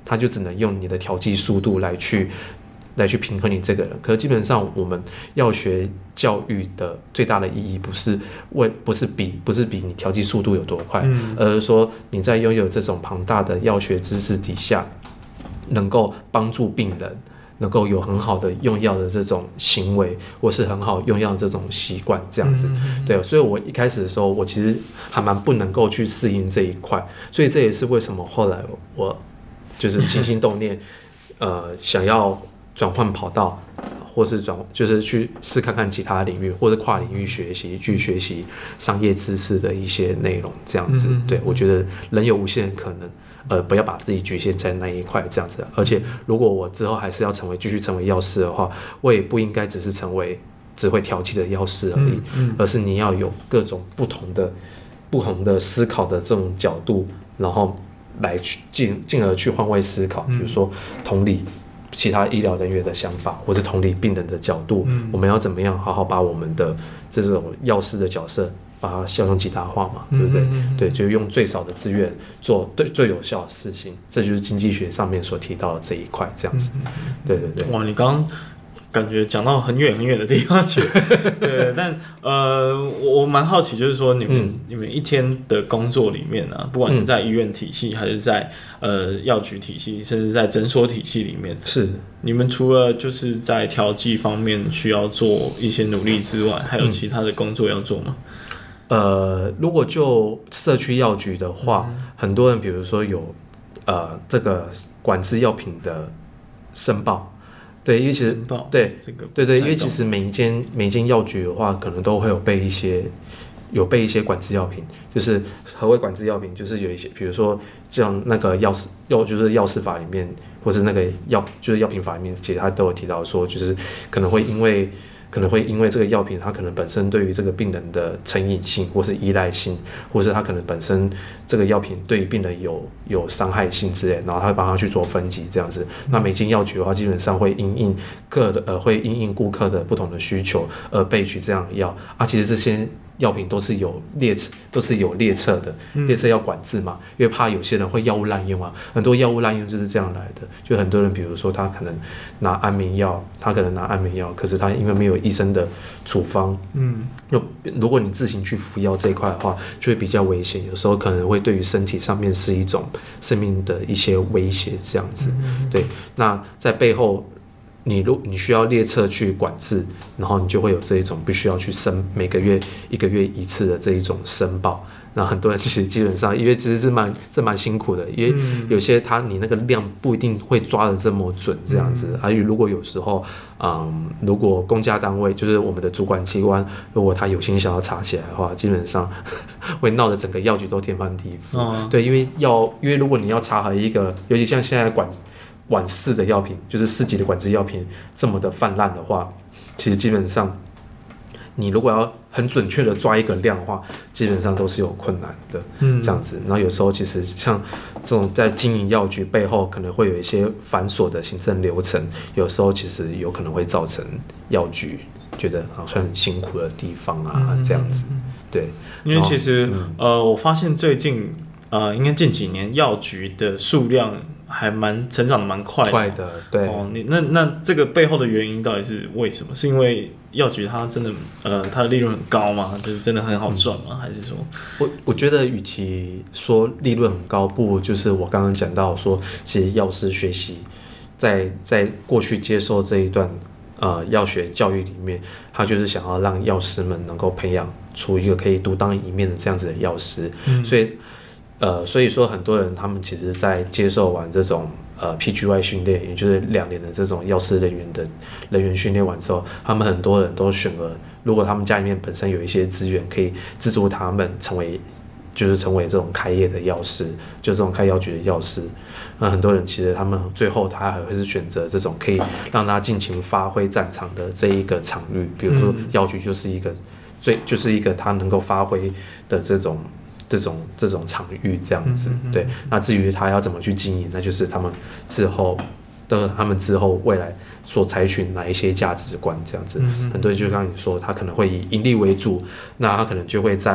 [SPEAKER 2] 他就只能用你的调剂速度来去评核你这个人。可是基本上我们药学教育的最大的意义不是比你调剂速度有多快，而是说你在拥有这种庞大的药学知识底下，能够帮助病人能够有很好的用药的这种行为，或是很好用药的这种习惯，这样子。对，所以我一开始的时候，我其实还蛮不能够去适应这一块，所以这也是为什么后来我就是起心动念，想要转换跑道，或是就是去试看看其他领域，或者跨领域学习，去学习商业知识的一些内容，这样子。对，我觉得人有无限的可能。不要把自己局限在那一块这样子，而且如果我之后还是要继续成为药师的话，我也不应该只是成为只会调剂的药师而已，而是你要有各种不同的思考的这种角度，然后来进而去换位思考，比如说同理其他医疗人员的想法，或者同理病人的角度，我们要怎么样好好把我们的这种药师的角色把它效用极大化嘛，对不对？对，就用最少的资源做最有效的事情，这就是经济学上面所提到的这一块，这样子。对对对。
[SPEAKER 1] 哇，你刚刚感觉讲到很远很远的地方去，对，但我蛮好奇，就是说你们一天的工作里面啊，不管是在医院体系，还是在药局体系，甚至在诊所体系里面，
[SPEAKER 2] 是
[SPEAKER 1] 你们除了就是在调剂方面需要做一些努力之外，还有其他的工作要做吗？
[SPEAKER 2] 如果就社区药局的话，很多人比如说有这个管制药品的申报，对，因为其实对这个对，因为其实每一间药局的话，可能都会有备一些管制药品。就是何谓管制药品？就是有一些，比如说像那个就是药事法里面，或是那个就是药品法里面，其实它都有提到说，就是可能会因为这个药品，它可能本身对于这个病人的成瘾性，或是依赖性，或是它可能本身这个药品对于病人有伤害性之类，然后他会帮他去做分级这样子。那每间药局的话，基本上会因应顾客的不同的需求而备取这样的药啊。其实这些药品都是有列册的，列册要管制嘛，因为怕有些人会药物滥用啊。很多药物滥用就是这样来的，就很多人比如说他可能拿安眠药，可是他因为没有医生的处方，如果你自行去服药这一块的话，就会比较危险，有时候可能会对于身体上面是一种生命的一些威胁这样子。对，那在背后你需要列册去管制，然后你就会有这一种必须要去每个月1个月一次的这一种申报。那很多人其实基本上，因为其实是蛮辛苦的，因为有些你那个量不一定会抓得这么准这样子。而如果有时候，如果公家单位就是我们的主管机关，如果他有心想要查起来的话，基本上会闹得整个药局都天翻地覆。对，因为如果你要查核一个，尤其像现在管4的药品，就是4级的管制药品这么的泛滥的话，其实基本上你如果要很准确的抓一个量的话，基本上都是有困难的，这样子。然后有时候其实像这种在经营药局背后，可能会有一些繁琐的行政流程，有时候其实有可能会造成药局觉得好像很辛苦的地方啊，这样子。对，
[SPEAKER 1] 因为其实我发现最近应该近几年药局的数量还成长的蛮快的，
[SPEAKER 2] 对。
[SPEAKER 1] 那这个背后的原因到底是为什么？是因为药局它真的它的利润很高吗？就是真的很好赚吗？还是说
[SPEAKER 2] 我觉得与其说利润很高，不如就是我刚刚讲到说，其实药师学习在过去接受这一段药学教育里面，他就是想要让药师们能够培养出一个可以独当一面的这样子的药师，所以说很多人他们其实在接受完这种PGY 训练，也就是2年的这种药师人员训练完之后，他们很多人都选了，如果他们家里面本身有一些资源可以资助他们成为这种开业的药师，就这种开药局的药师。那很多人其实他们最后他还会是选择这种可以让他尽情发挥战场的这一个场域，比如说药局就是一个他能够发挥的这种场域这样子。对，那至于他要怎么去经营，那就是他们之后未来所采取哪一些价值观这样子。很多人就刚刚你说，他可能会以盈利为主，那他可能就会在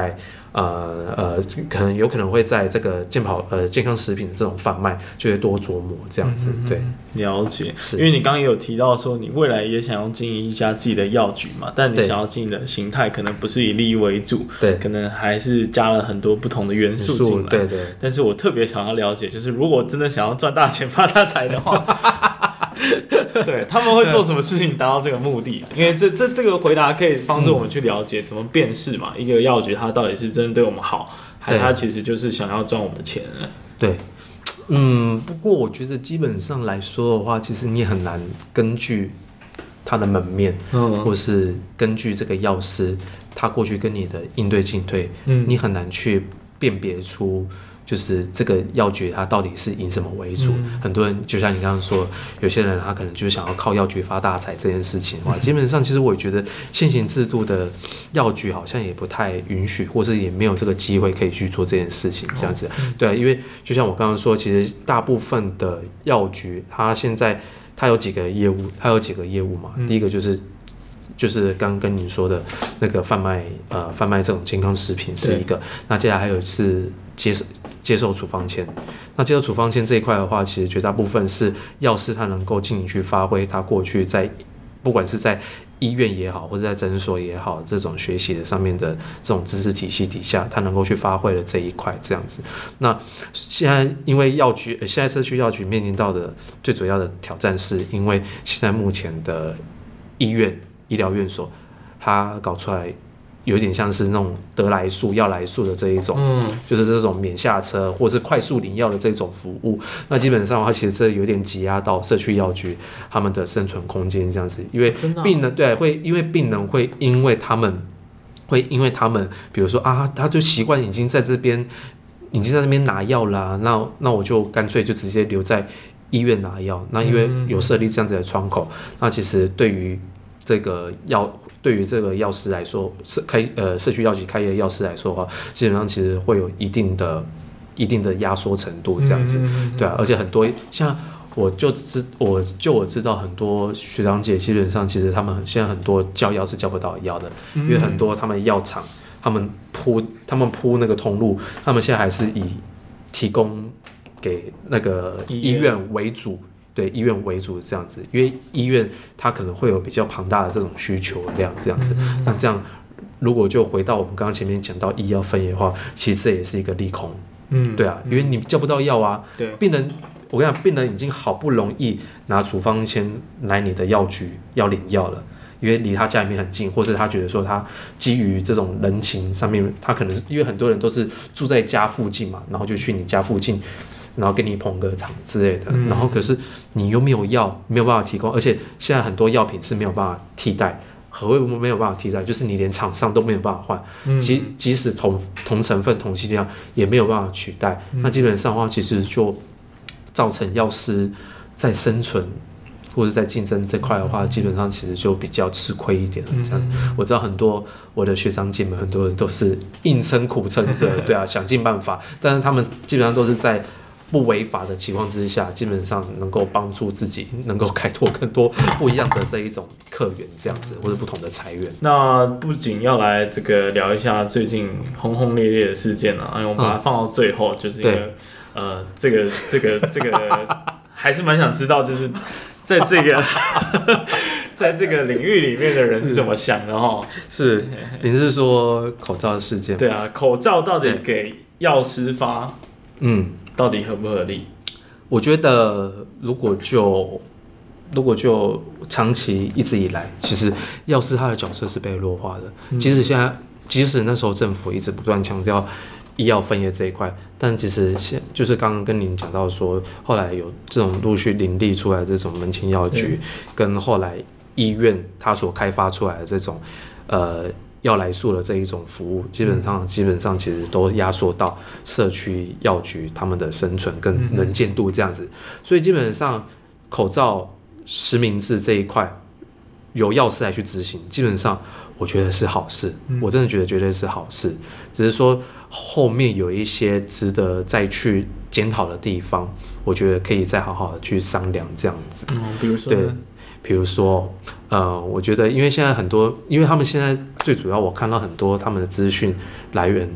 [SPEAKER 2] 可能有可能会在这个健康食品的这种贩卖就会多琢磨这样子。对，
[SPEAKER 1] 了解。因为你刚刚也有提到说你未来也想要经营一家自己的药局嘛，但你想要经营的形态可能不是以利益为主，对，可能还是加了很多不同的元素进来。
[SPEAKER 2] 对。
[SPEAKER 1] 但是我特别想要了解，就是如果真的想要赚大钱发大财的话对，他们会做什么事情达到这个目的？因为这个回答可以帮助我们去了解怎么辨识嘛，一个药局它到底是真的对我们好，还是它其实就是想要赚我们的钱呢？
[SPEAKER 2] 对，不过我觉得基本上来说的话，其实你很难根据他的门面，或是根据这个药师他过去跟你的应对进退，你很难去辨别出。就是这个药局它到底是以什么为主？很多人就像你刚刚说，有些人他可能就是想要靠药局发大财这件事情的话，基本上其实我也觉得现行制度的药局好像也不太允许，或是也没有这个机会可以去做这件事情这样子。对，因为就像我刚刚说，其实大部分的药局它现在它有几个业务嘛，第一个就是刚刚跟你说的那个贩卖这种健康食品是一个，那接下来还有是接受处方签。那接受处方签这一块的话，其实绝大部分是药师他能够进行去发挥他过去不管是在医院也好，或者在诊所也好，这种学习的上面的这种知识体系底下，他能够去发挥的这一块这样子。那现在因为现在社区药局面临到的最主要的挑战，是因为现在目前的医疗院所，它搞出来有点像是那种药来素的这一种，就是这种免下车或是快速领药的这种服务。那基本上的话，其实这有点挤压到社区药局他们的生存空间，这样子，因为病人因为病人会因为他们，比如说他就习惯已经在那边拿药啦，那我就干脆就直接留在医院拿药。那因为有设立这样子的窗口，那其实对于这个药师来说，社区药局开业的药师来说的话，基本上其实会有一定的压缩程度这样子，对啊，而且很多像我知道很多学长姐，基本上其实他们现在很多叫药是叫不到药的，因为很多他们药厂他们铺那个通路，他们现在还是以提供给那个医院为主。对医院为主这样子，因为医院它可能会有比较庞大的这种需求量这样子。那这样如果就回到我们刚刚前面讲到医药分野的话，其实这也是一个利空。对啊，因为你叫不到药啊，我跟你讲，病人已经好不容易拿处方签来你的药局要领药了，因为离他家里面很近，或是他觉得说他基于这种人情上面，他可能因为很多人都是住在家附近嘛，然后就去你家附近。然后给你捧个场之类的，然后可是你又没有药，没有办法提供，而且现在很多药品是没有办法替代。何谓没有办法替代？就是你连厂商都没有办法换，即使同成分、同剂量也没有办法取代。那基本上的话，其实就造成药师在生存或者在竞争这块的话，基本上其实就比较吃亏一点了。这样，我知道很多我的学长姐们，很多人都是硬撑苦撑着，对啊，想尽办法，但是他们基本上都是在不违法的情况之下，基本上能够帮助自己能够开拓更多不一样的这一种客源，这样子或者不同的财源。
[SPEAKER 1] 那不仅要来这个聊一下最近轰轰烈烈的事件啊，我们把它放到最后，就是因为这个还是蛮想知道，就是在这个在这个领域里面的人是怎么想的哈？
[SPEAKER 2] 是，您是说口罩的事件？
[SPEAKER 1] 对啊，口罩到底给药师发，到底合不合理？
[SPEAKER 2] 我觉得如果就长期一直以来，其实药师他的角色是被弱化的。即使那时候政府一直不断强调医药分业这一块，但其实就是刚刚跟您讲到说，后来有这种陆续林立出来的这种门清药局，跟后来医院它所开发出来的这种药来素的这一种服务，基本上其实都压缩到社区药局他们的生存跟能见度这样子，所以基本上口罩实名制这一块由药师来去执行，基本上我觉得是好事，我真的觉得绝对是好事，只是说后面有一些值得再去检讨的地方，我觉得可以再好好的去商量这样子。
[SPEAKER 1] 比如说呢？
[SPEAKER 2] 对，比如说，我觉得因为现在因为他们现在最主要，我看到很多他们的资讯来源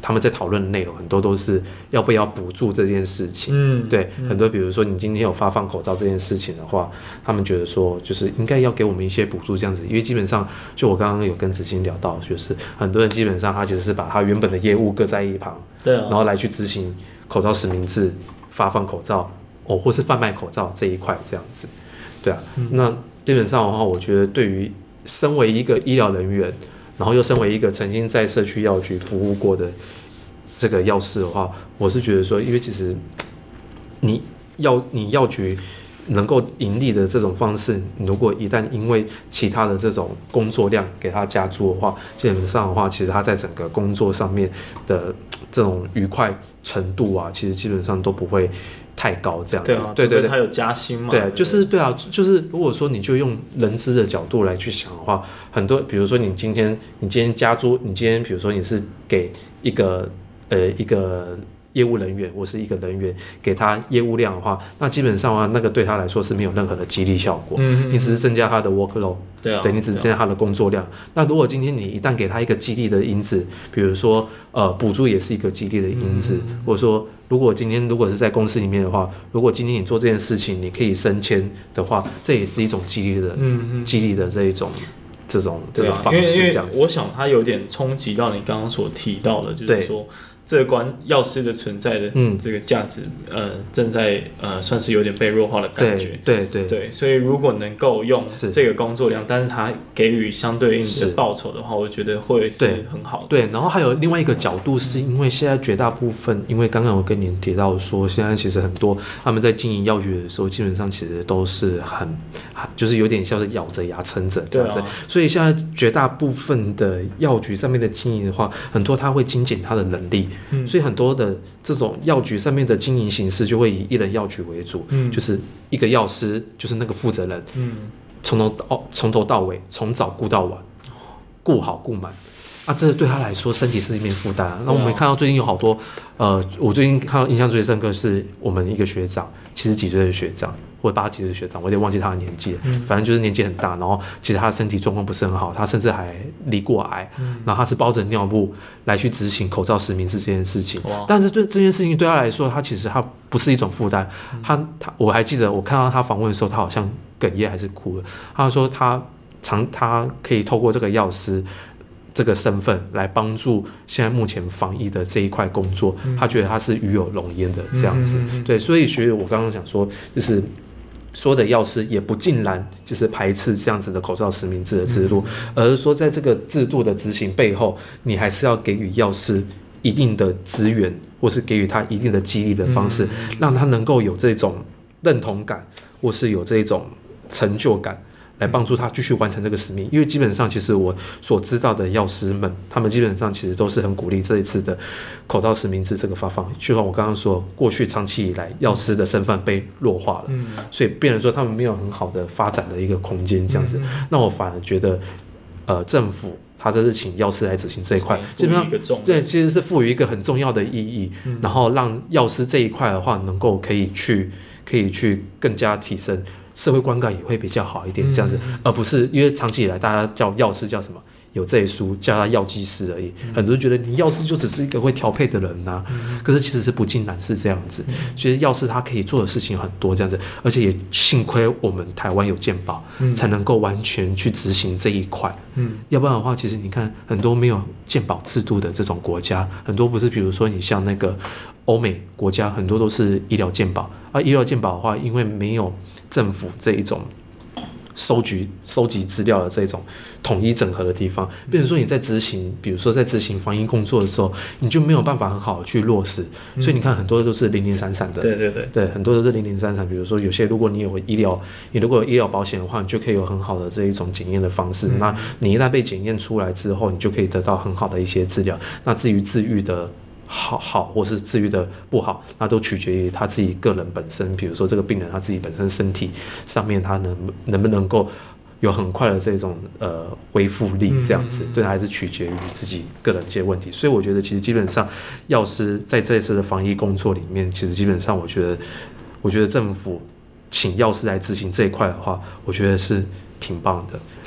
[SPEAKER 2] 他们在讨论的内容很多都是要不要补助这件事情。对，很多比如说你今天有发放口罩这件事情的话，他们觉得说就是应该要给我们一些补助这样子，因为基本上就我刚刚有跟子欣聊到，就是很多人基本上他其实是把他原本的业务搁在一旁，对、然后来去执行口罩实名制、发放口罩或是贩卖口罩这一块这样子。对啊，那基本上的话，我觉得对于身为一个医疗人员，然后又身为一个曾经在社区药局服务过的这个药师的话，我是觉得说，因为其实你药局能够盈利的这种方式，如果一旦因为其他的这种工作量给它加注的话，基本上的话，其实它在整个工作上面的这种愉快程度啊，其实基本上都不会太高这样子。
[SPEAKER 1] 对对，他有加薪嘛？
[SPEAKER 2] 对，就是如果说你就用人资的角度来去想的话，很多比如说你今天加租，你今天比如说你是给一个业务人员或是一个人员给他业务量的话，那基本上啊，那个对他来说是没有任何的激励效果。你只是增加他的 workload， 对，你只是增加他的工作量。那如果今天你一旦给他一个激励的因子，比如说补助也是一个激励的因子，或者说如果是在公司里面的话，如果今天你做这件事情你可以升迁的话，这也是一种激励的这种方式这样子。
[SPEAKER 1] 因为我想它有点冲击到你刚刚所提到的，就是说这个药师的存在的这个价值，正在算是有点被弱化的感觉。对，所以如果能够用这个工作量，但是它给予相对应的报酬的话，我觉得会是很好的。
[SPEAKER 2] 对，然后还有另外一个角度，是因为现在绝大部分，因为刚刚我跟您提到说，现在其实很多他们在经营药局的时候，基本上其实都是就是有点像是咬着牙撑着这样子。所以现在绝大部分的药局上面的经营的话，很多他会精简他的人力。所以很多的这种药局上面的经营形式就会以一人药局为主，就是一个药师，就是那个负责人，从头到尾，从早顾到晚，顾好顾满。这对他来说身体是一面负担。那我们看到最近有好多，我最近看到印象最深刻是我们一个学长，70几岁的学长，或者80几岁的学长，我有点忘记他的年纪了。反正就是年纪很大，然后其实他的身体状况不是很好，他甚至还罹过癌。然后他是包着尿布来去执行口罩实名制这件事情。但是对这件事情对他来说，他其实他不是一种负担。我还记得我看到他访问的时候，他好像哽咽还是哭了。他说他可以透过这个药师这个身份来帮助现在目前防疫的这一块工作，他觉得他是与有荣焉的这样子。对，所以其实我刚刚想说，就是所有的药师也不尽然就是排斥这样子的口罩实名制的制度，而是说在这个制度的执行背后，你还是要给予药师一定的资源，或是给予他一定的激励的方式，让他能够有这种认同感，或是有这种成就感，来帮助他继续完成这个使命。因为基本上其实我所知道的药师们，他们基本上其实都是很鼓励这一次的口罩实名制这个发放。就像我刚刚说，过去长期以来药师的身份被弱化了，所以变成说他们没有很好的发展的一个空间这样子。那我反而觉得政府他这是请药师来执行这一块，基本上对，其实是赋予一个很重要的意义，然后让药师这一块的话能够可以去更加提升社会观感，也会比较好一点这样子，而不是因为长期以来大家叫药师叫什么有这一书叫他药剂师而已，很多人觉得你药师就只是一个会调配的人啊，可是其实是不尽然是这样子。其实药师他可以做的事情很多这样子，而且也幸亏我们台湾有健保，才能够完全去执行这一块。要不然的话，其实你看很多没有健保制度的这种国家，很多不是，比如说你像那个欧美国家，很多都是医疗健保，医疗健保的话，因为没有政府这一种收集资料的这种统一整合的地方，比如说你在执行，比如说在执行防疫工作的时候，你就没有办法很好的去落实，所以你看很多都是零零散散的，对，很多都是零零散散。比如说有些如果你如果有医疗保险的话，你就可以有很好的这一种检验的方式，那你一旦被检验出来之后，你就可以得到很好的一些治疗。那至于治愈的好或是治愈的不好，那都取决于他自己个人本身，比如说这个病人他自己本身身体上面他能不能够有很快的这种恢复力这样子，对，还是取决于自己个人一些问题。所以我觉得其实基本上药师在这一次的防疫工作里面，其实基本上我觉得政府请药师来执行这一块的话，我觉得是挺棒的。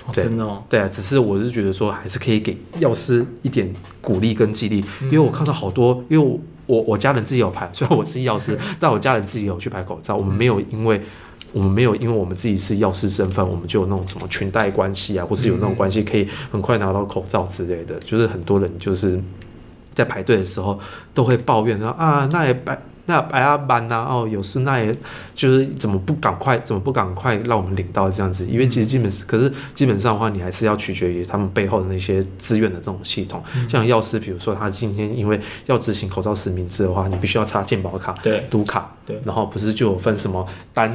[SPEAKER 2] 对，
[SPEAKER 1] 真的哦，
[SPEAKER 2] 对啊，只是我是觉得说，还是可以给药师一点鼓励跟激励，因为我看到好多，因为我家人自己有排，虽然我是药师，但我家人自己有去排口罩，我们没有因为我们自己是药师身份，我们就有那种什么裙带关系啊，或是有那种关系可以很快拿到口罩之类的，就是很多人就是在排队的时候都会抱怨说啊，那白阿班呐，有事那也就是怎么不赶快让我们领到这样子？因为其实可是基本上的话，你还是要取决于他们背后的那些资源的这种系统。像药师，比如说他今天因为要执行口罩实名制的话，你必须要插健保卡、读卡，对，然后不是就有分什么单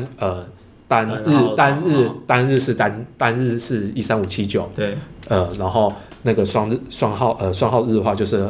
[SPEAKER 2] 日是13579，
[SPEAKER 1] 对，
[SPEAKER 2] 然后那个双号日的话就是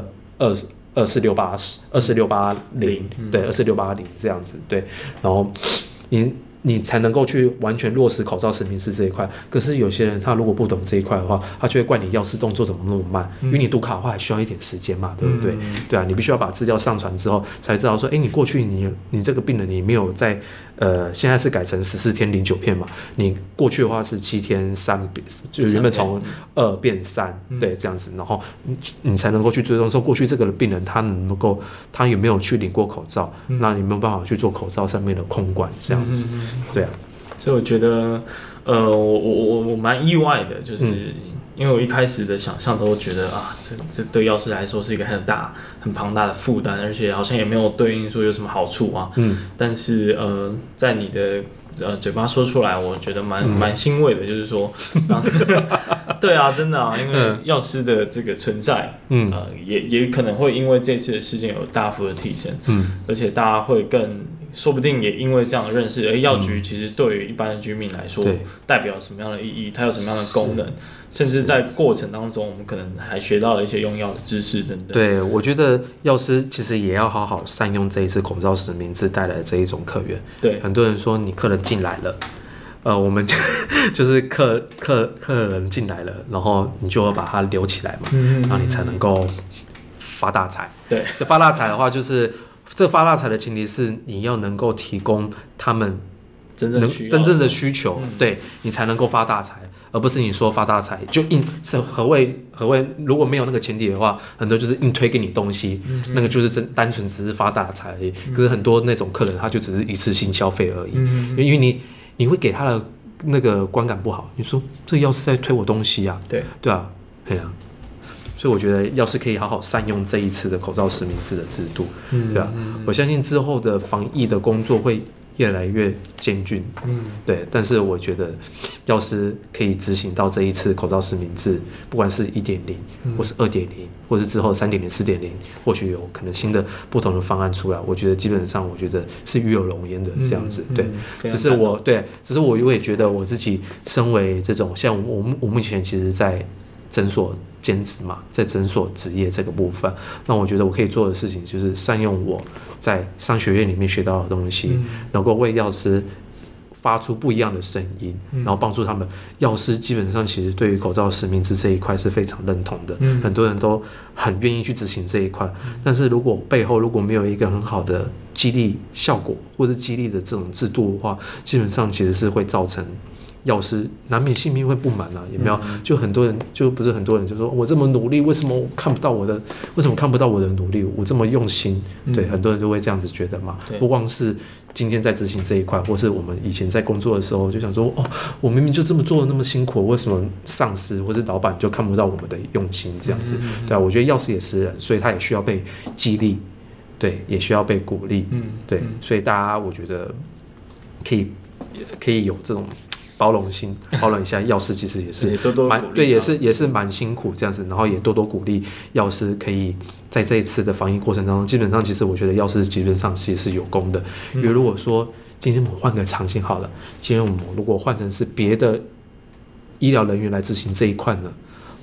[SPEAKER 2] 24680，对，24680这样子，对，然后你才能够去完全落实口罩实名制这一块。可是有些人他如果不懂这一块的话，他就会怪你药师动作怎么那么慢，因为你读卡的话还需要一点时间嘛，对不对？对啊，你必须要把资料上传之后，才知道说，你过去你这个病人你没有在现在是改成14天09片嘛，你过去的话是7天3，就原本从2变3，对，这样子，然后你才能够去追踪说过去这个病人他有没有去领过口罩，那你没有办法去做口罩上面的控管这样子。对啊，
[SPEAKER 1] 所以我觉得，我蛮意外的，就是因为我一开始的想象都觉得啊，这对药师来说是一个很庞大的负担，而且好像也没有对应说有什么好处啊。但是在你的嘴巴说出来，我觉得蛮欣慰的，就是说，对啊，真的啊，因为药师的这个存在，也可能会因为这次的事件有大幅的提升，而且大家会说不定也因为这样的认识，药局其实对于一般的居民来说，代表什么样的意义，它有什么样的功能，甚至在过程当中，我们可能还学到了一些用药的知识等等。
[SPEAKER 2] 对，我觉得药师其实也要好好善用这一次口罩实名制带来的这一种客源。对，很多人说你客人进来了。我们就是客人进来了，然后你就要把它留起来嘛，然后你才能够发大财。对，这发大财的话，就是这发大财的前提是你要能够提供他们真正的需求，对你才能够发大财，而不是你说发大财就何谓如果没有那个前提的话，很多就是硬推给你东西，那个就是单纯只是发大财而已。可是很多那种客人他就只是一次性消费而已，因为你会给他的那个观感不好，你说这药师在推我东西啊？对啊，对啊。所以我觉得药师可以好好善用这一次的口罩实名制的制度，对啊，我相信之后的防疫的工作会越来越艰巨，对。但是我觉得药师可以执行到这一次口罩实名制，不管是 1.0 或是 2.0 或是之后 3.0 4.0， 或许有可能新的不同的方案出来，我觉得基本上我觉得是与有荣焉的这样子，对。只是我也觉得我自己身为这种像我目前其实在诊所兼职嘛，在诊所职业这个部分，那我觉得我可以做的事情就是善用我在商学院里面学到的东西，能够为药师发出不一样的声音，然后帮助他们。药师基本上其实对于口罩实名制这一块是非常认同的，很多人都很愿意去执行这一块。但是如果背后没有一个很好的激励效果或者激励的这种制度的话，基本上其实是会造成药师难免性命会不满啊，有没有？就很多人不是很多人就说我这么努力，为什么看不到我的努力？我这么用心，对，很多人都会这样子觉得嘛。不光是今天在执行这一块，或是我们以前在工作的时候就想说，我明明就这么做的那么辛苦，为什么上司或是老板就看不到我们的用心这样子？对啊，我觉得药师也是人，所以他也需要被激励，对，也需要被鼓励，对，所以大家我觉得可以有这种包容心，包容一下药师其实也是对，也是蛮辛苦这样子，然后也多多鼓励药师可以在这一次的防疫过程当中，基本上其实我觉得药师基本上其实是有功的，因为如果说今天我们换个场景好了，今天我们如果换成是别的医疗人员来执行这一块呢，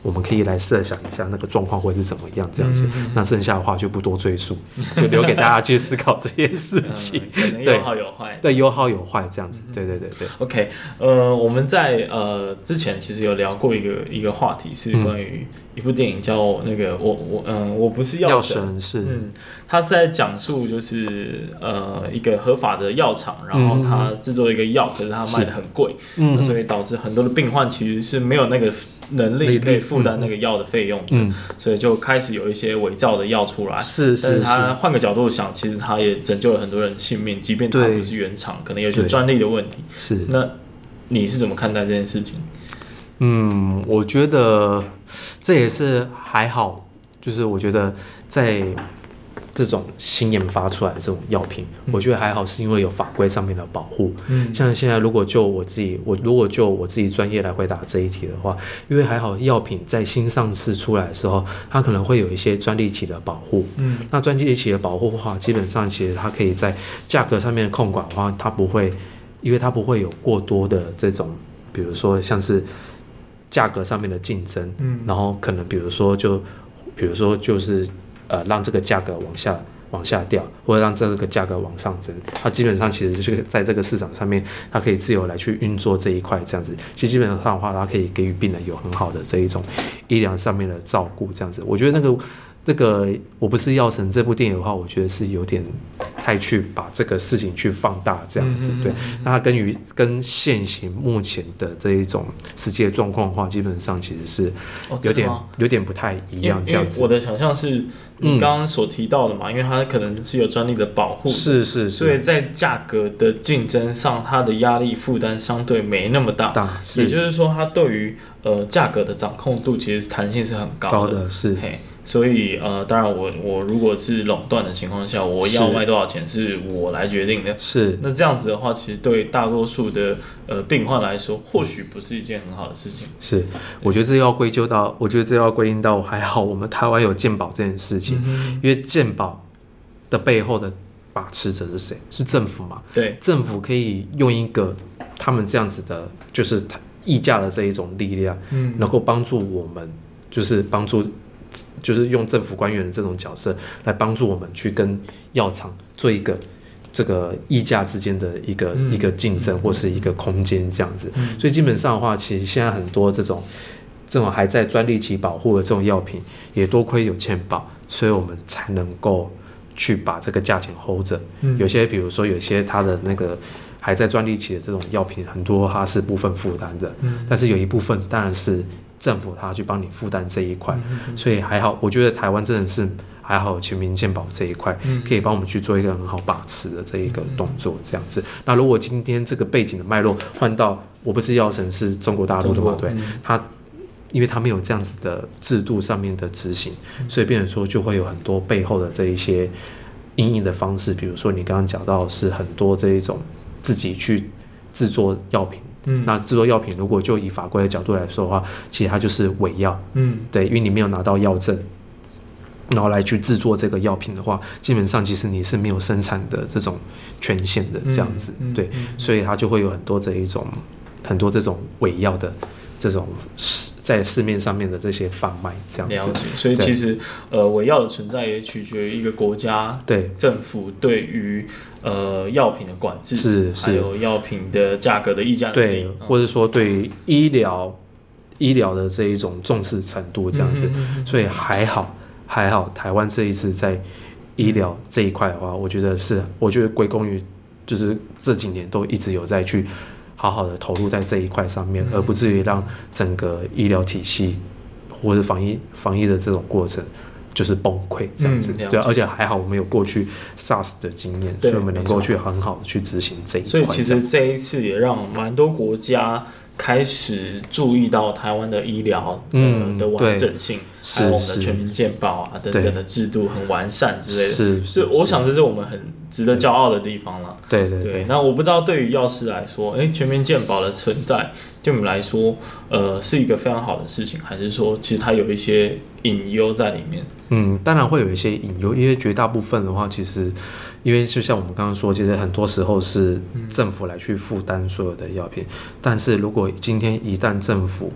[SPEAKER 2] 我们可以来设想一下那个状况会是怎么样这样子。那剩下的话就不多赘述，就留给大家去思考这件事情。
[SPEAKER 1] 可能有好有坏。
[SPEAKER 2] 对，有好有坏这样子。对。
[SPEAKER 1] OK， 我们在之前其实有聊过一个话题，是关于一部电影叫那个我不是药神，
[SPEAKER 2] 是
[SPEAKER 1] 他在讲述就是一个合法的药厂，然后他制作一个药，可是他卖的很贵，所以导致很多的病患其实是没有那个能力可以负担那个药的费用的，所以就开始有一些伪造的药出来。但是他换个角度想，其实他也拯救了很多人的性命，即便他不是原厂，可能有些专利的问题。是，那你是怎么看待这件事情？
[SPEAKER 2] 我觉得这也是还好，就是我觉得在这种新研发出来的这种药品，我觉得还好，是因为有法规上面的保护。像现在如果就我自己专业来回答这一题的话，因为还好药品在新上市出来的时候，它可能会有一些专利期的保护。那专利期的保护的话，基本上其实它可以在价格上面的控管的话，它不会有过多的这种，比如说像是价格上面的竞争，然后可能比如说就是让这个价格往下掉，或者让这个价格往上增，它基本上其实是在这个市场上面，它可以自由来去运作这一块这样子。其实基本上的话，它可以给予病人有很好的这一种医疗上面的照顾这样子。我觉得那个我不是药神这部电影的话，我觉得是有点太去把这个事情去放大这样子。对，那它跟现行目前的这一种实际的状况的话，基本上其实是有点不太一样这样子。
[SPEAKER 1] 因为我的想象是你刚刚所提到的嘛，因为它可能是有专利的保护，
[SPEAKER 2] 是，
[SPEAKER 1] 所以在价格的竞争上，它的压力负担相对没那么大。也就是说，它对于价格的掌控度其实弹性是很高的，
[SPEAKER 2] 是。
[SPEAKER 1] 所以当然我如果是垄断的情况下，我要卖多少钱是我来决定的。
[SPEAKER 2] 是。
[SPEAKER 1] 那这样子的话，其实对大多数的病患来说，或许不是一件很好的事情。
[SPEAKER 2] 是，我觉得这要归因到还好我们台湾有健保这件事情，因为健保的背后的把持者是谁？是政府嘛？
[SPEAKER 1] 对，
[SPEAKER 2] 政府可以用一个他们这样子的，就是议价的这一种力量，能够帮助我们，就是用政府官员的这种角色来帮助我们去跟药厂做一个这个议价之间的一个竞争或是一个空间这样子。所以基本上的话，其实现在很多这种还在专利期保护的这种药品，也多亏有健保，所以我们才能够去把这个价钱 hold 着。有些比如说有些它的那个还在专利期的这种药品，很多它是部分负担的，但是有一部分当然是政府它去帮你负担这一块，所以还好，我觉得台湾真的是还好有全民健保这一块，可以帮我们去做一个很好把持的这一个动作这样子。那如果今天这个背景的脉络换到我不是药神是中国大陆的嘛，对，因为它没有这样子的制度上面的执行，所以变成说就会有很多背后的这一些因应的方式，比如说你刚刚讲到是很多这一种自己去制作药品。那制作药品如果就以法规的角度来说的话，其实它就是伪药。对，因为你没有拿到药证，然后来去制作这个药品的话，基本上其实你是没有生产的这种权限的这样子。对，所以它就会有很多这种伪药的这种在市面上面的这些贩卖这样子。
[SPEAKER 1] 了解，所以其实伪药的存在也取决于一个国家政府对于药品的管制，是还有药品的价格的议价能力，
[SPEAKER 2] 或者说对于医疗的这一种重视程度这样子。所以还好台湾这一次在医疗这一块的话，我觉得归功于就是这几年都一直有在去好好的投入在这一块上面，而不至于让整个医疗体系或者防疫的这种过程就是崩溃这样子。对，而且还好我们有过去 SARS 的经验，所以我们能够去很好的去执行这一块。
[SPEAKER 1] 所以其实这一次也让蛮多国家开始注意到台湾的医疗的完整性，还有我们的全民健保啊等等的制度很完善之类的。是，我想这是我们很值得骄傲的地方了。对。那我不知道对于药师来说，全民健保的存在对我们来说，是一个非常好的事情，还是说其实它有一些隐忧在里面？
[SPEAKER 2] 当然会有一些隐忧，因为绝大部分的话，其实因为就像我们刚刚说，其实很多时候是政府来去负担所有的药品，但是如果今天一旦政府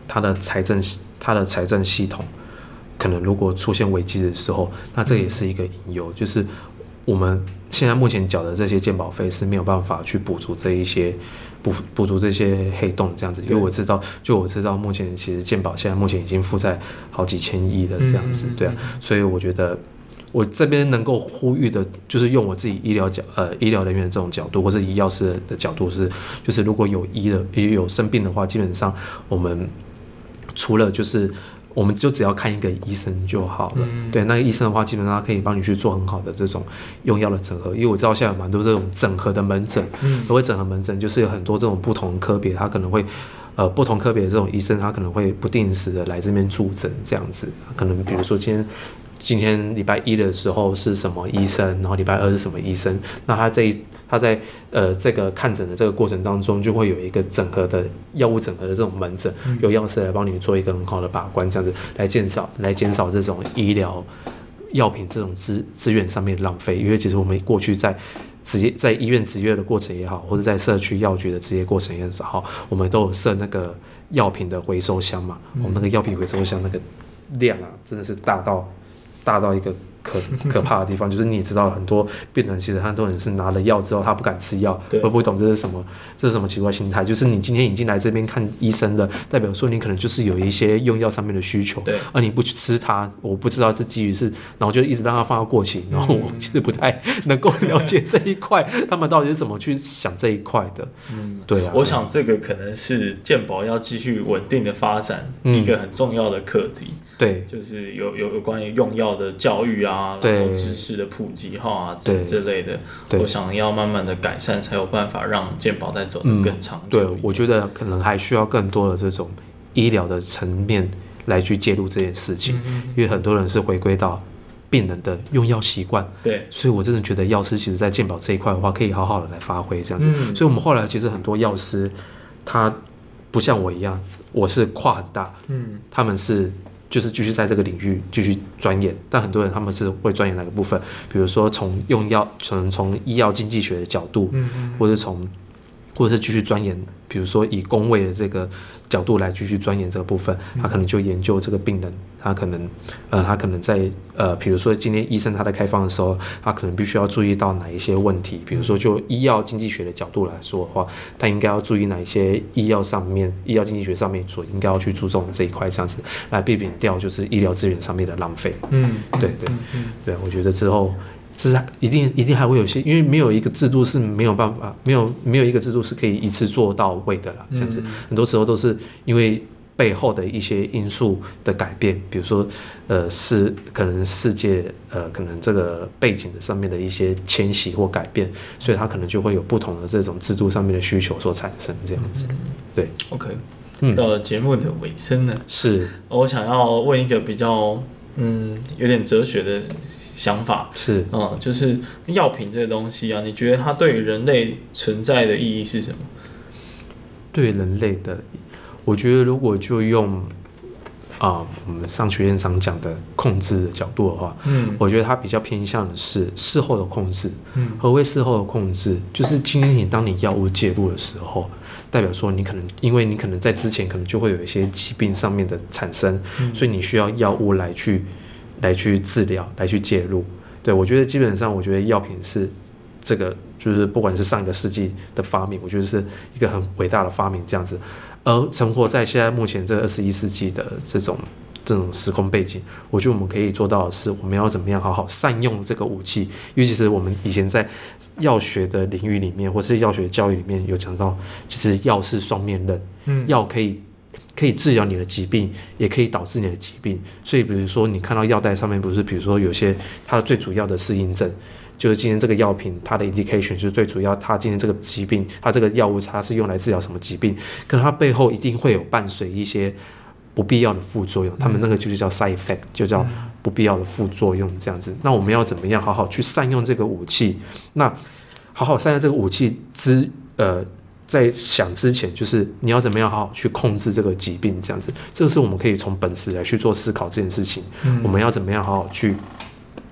[SPEAKER 2] 它的财政系统可能如果出现危机的时候，那这也是一个隐忧，就是我们现在目前缴的这些健保费是没有办法去补足这些黑洞这样子，因为我知道目前其实健保现在目前已经负债好几千亿了这样子，对啊，所以我觉得我这边能够呼吁的，就是用我自己医疗人员的这种角度，或者以药师的角度就是如果有生病的话，基本上我们除了就是我们就只要看一个医生就好了。对，那个医生的话，基本上他可以帮你去做很好的这种用药的整合，因为我知道现在有蛮多这种整合的门诊，所谓整合门诊就是有很多这种不同科别，他可能会不同科别的这种医生，他可能会不定时的来这边驻诊这样子，可能比如说今天礼拜一的时候是什么医生，然后礼拜二是什么医生，那他在这个看诊的这个过程当中，就会有一个药物整合的这种门诊，有药师来帮你做一个很好的把关，这样子来减少这种医疗药品这种资源上面的浪费。因为其实我们过去在医院执业的过程也好，或者在社区药局的执业过程也好，我们都有设那个药品的回收箱嘛，我们那个药品回收箱那个量啊，真的是大到一个可怕的地方，就是你也知道，很多病人其实很多人是拿了药之后，他不敢吃药，我不懂这是什么奇怪心态。就是你今天已经来这边看医生了，代表说你可能就是有一些用药上面的需求，而你不去吃它，我不知道这基于是，然后就一直让它放到过期，然后我其实不太能够了解这一块，他们到底是怎么去想这一块的。对啊，
[SPEAKER 1] 我想这个可能是健保要继续稳定的发展一个很重要的课题。
[SPEAKER 2] 对，
[SPEAKER 1] 就是有关于用药的教育啊，然后知识的普及化啊，这类的，我想要慢慢的改善，才有办法让健保再走得更长久。
[SPEAKER 2] 对，我觉得可能还需要更多的这种医疗的层面来去介入这件事情，因为很多人是回归到病人的用药习惯。
[SPEAKER 1] 对，
[SPEAKER 2] 所以我真的觉得药师其实在健保这一块的话，可以好好的来发挥这样子。所以我们后来其实很多药师，他不像我一样，我是跨很大，他们是就是继续在这个领域继续钻研，但很多人他们是会钻研哪个部分，比如说从用药，从医药经济学的角度，或者是继续钻研，比如说以公卫的这个角度来继续钻研这个部分，他可能就研究这个病人，他可能在比如说今天医生他在开方的时候，他可能必须要注意到哪一些问题，比如说就医药经济学的角度来说的话，他应该要注意哪一些医药经济学上面所应该要去注重的这一块，这样子来避免掉就是医疗资源上面的浪费。对，我觉得之后。这是一定还会有些，因为没有一个制度是没有办法，没有一个制度是可以一次做到位的啦。这样子，很多时候都是因为背后的一些因素的改变，比如说可能世界可能这个背景的上面的一些迁徙或改变，所以它可能就会有不同的这种制度上面的需求所产生这样子。对
[SPEAKER 1] ，OK，到了节目的尾声呢，
[SPEAKER 2] 是
[SPEAKER 1] 我想要问一个比较有点哲学的想法，
[SPEAKER 2] 是
[SPEAKER 1] 就是药品这个东西啊，你觉得它对于人类存在的意义是什么？
[SPEAKER 2] 对人类的，我觉得如果就用我们商学院常讲的控制的角度的话，我觉得它比较偏向的是事后的控制。何谓事后的控制？就是今天当你药物介入的时候，代表说因为你可能在之前可能就会有一些疾病上面的产生，所以你需要药物来去治疗，来去介入。对，我觉得基本上，我觉得药品是这个，就是不管是上一个世纪的发明，我觉得是一个很伟大的发明，这样子。而生活在现在目前这个21世纪的这种时空背景，我觉得我们可以做到的是，我们要怎么样好好善用这个武器。因为其实我们以前在药学的领域里面，或是药学教育里面有讲到，其实药是双面刃，药可以治疗你的疾病，也可以导致你的疾病。所以比如说你看到药袋上面不是，比如说有些它的最主要的适应症，就是今天这个药品它的 indication 就是最主要，它今天这个疾病，它这个药物它是用来治疗什么疾病，可能它背后一定会有伴随一些不必要的副作用，他们那个就是叫 side effect， 就叫不必要的副作用这样子。那我们要怎么样好好去善用这个武器？那好好善用这个武器在想之前，就是你要怎么样好好去控制这个疾病，这样子，这个是我们可以从本质来去做思考这件事情。我们要怎么样好好去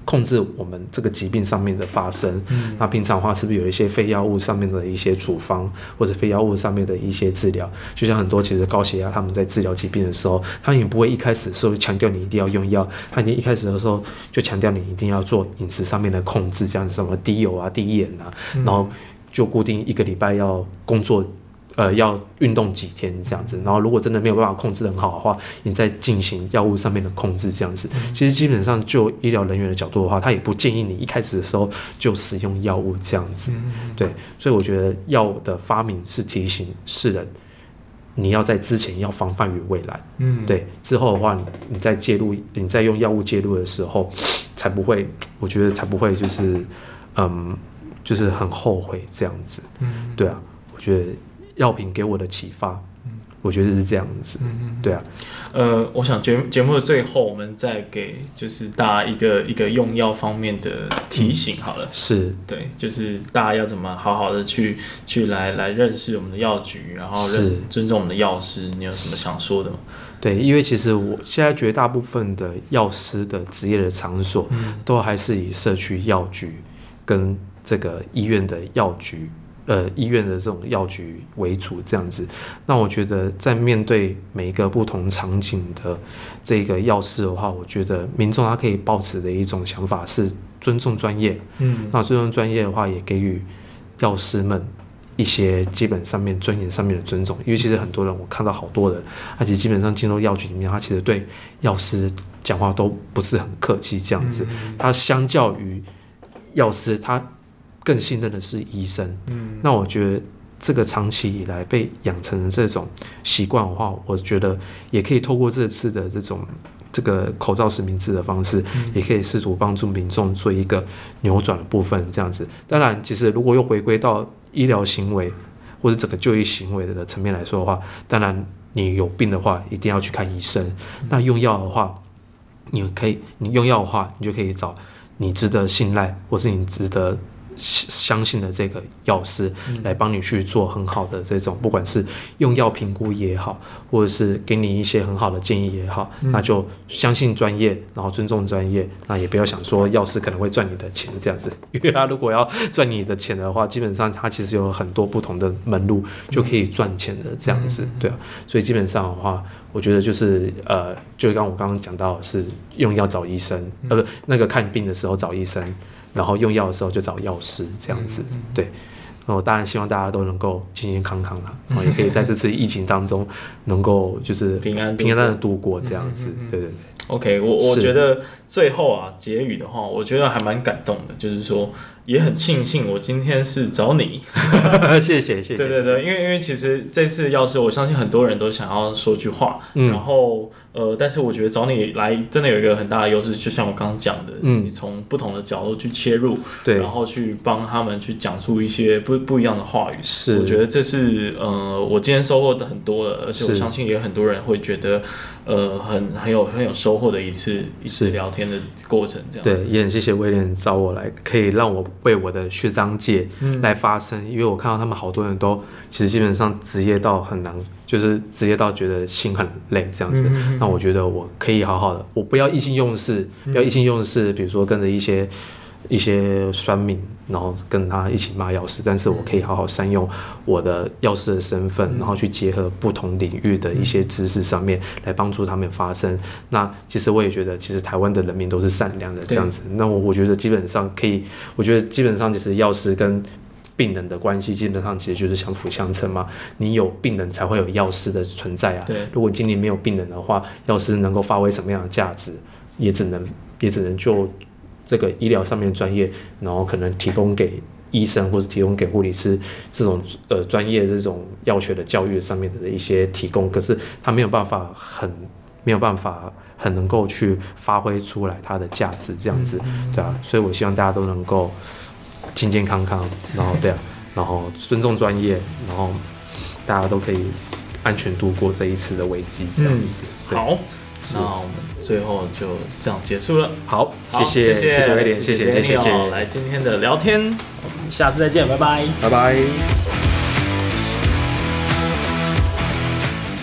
[SPEAKER 2] 控制我们这个疾病上面的发生。那平常的话，是不是有一些非药物上面的一些处方，或者非药物上面的一些治疗？就像很多其实高血压他们在治疗疾病的时候，他们也不会一开始的时候强调你一定要用药，他一开始的时候就强调你一定要做饮食上面的控制，这样子什么低油啊、低盐啊，然后就固定1个礼拜要工作。要运动几天这样子，然后如果真的没有办法控制得很好的话，你再进行药物上面的控制这样子。其实基本上就医疗人员的角度的话，他也不建议你一开始的时候就使用药物这样子。对，所以我觉得药的发明是提醒世人，你要在之前要防范于未来。对，之后的话你再介入，你再用药物介入的时候，才不会，我觉得才不会就是很后悔这样子。对啊，我觉得。药品给我的启发，我觉得是这样子。对啊，
[SPEAKER 1] 我想节目的最后，我们再给就是大家一个用药方面的提醒好了。
[SPEAKER 2] 是，
[SPEAKER 1] 对，就是大家要怎么好好的去来认识我们的药局，然后尊重我们的药师。你有什么想说的吗？
[SPEAKER 2] 对，因为其实我现在绝大部分的药师的职业的场所，都还是以社区药局跟这个医院的药局。医院的这种药局为主这样子，那我觉得在面对每一个不同场景的这个药师的话，我觉得民众他可以抱持的一种想法是尊重专业。那尊重专业的话，也给予药师们一些基本上面尊严上面的尊重。因为其实很多人，我看到好多人，他其实基本上进入药局里面，他其实对药师讲话都不是很客气这样子。他相较于药师，他更信任的是医生。那我觉得这个长期以来被养成的这种习惯的话，我觉得也可以透过这次的这个口罩实名制的方式，也可以试图帮助民众做一个扭转的部分这样子。当然，其实如果又回归到医疗行为或者整个就医行为的层面来说的话，当然你有病的话一定要去看医生。那用药的话，你用药的话，你就可以找你值得信赖或是你值得相信的这个药师来帮你去做很好的这种，不管是用药评估也好，或者是给你一些很好的建议也好，那就相信专业，然后尊重专业，那也不要想说药师可能会赚你的钱这样子，因为他如果要赚你的钱的话，基本上他其实有很多不同的门路就可以赚钱的这样子。对啊，所以基本上的话，我觉得就是就我刚刚讲到是用药找医生，不那个看病的时候找医生。然后用药的时候就找药师这样子。对，我当然希望大家都能够健健康康啦，然后也可以在这次疫情当中能够就是平安的度过这样子。对对对。
[SPEAKER 1] OK， 我觉得最后啊结语的话，我觉得还蛮感动的，就是说也很庆幸我今天是找你，
[SPEAKER 2] 谢谢。
[SPEAKER 1] 对对对，因为其实这次要是我相信很多人都想要说句话，然后但是我觉得找你来真的有一个很大的优势，就像我刚刚讲的，你从不同的角度去切入，对，然后去帮他们去讲出一些不一样的话语，是，我觉得这是我今天收获的很多的，而且我相信也有很多人会觉得很有收获的一次聊天的过程，这样。
[SPEAKER 2] 对，也很谢谢威廉找我来，可以让我为我的学长姐来发声，因为我看到他们好多人都其实基本上职业到很难，就是职业到觉得心很累这样子。那我觉得我可以好好的，我不要意气用事，比如说跟着一些酸民，然后跟他一起骂药师，但是我可以好好善用我的药师的身份，然后去结合不同领域的一些知识上面来帮助他们发声。那其实我也觉得，其实台湾的人民都是善良的这样子。那我觉得基本上可以，我觉得基本上其实药师跟病人的关系基本上其实就是相辅相成嘛。你有病人才会有药师的存在啊。对，如果今年没有病人的话，药师能够发挥什么样的价值，也只能就这个医疗上面的专业，然后可能提供给医生或是提供给护理师这种专业这种药学的教育上面的一些提供，可是他没有办法很能够去发挥出来它的价值这样子，对啊，所以我希望大家都能够健健康康，然后对啊，然后尊重专业，然后大家都可以安全度过这一次的危机这样子。
[SPEAKER 1] 好。那我们最后就这样结束了。
[SPEAKER 2] 好，谢谢威廉，谢谢
[SPEAKER 1] 来今天的聊天，我们下次再见，拜拜，
[SPEAKER 2] 拜拜。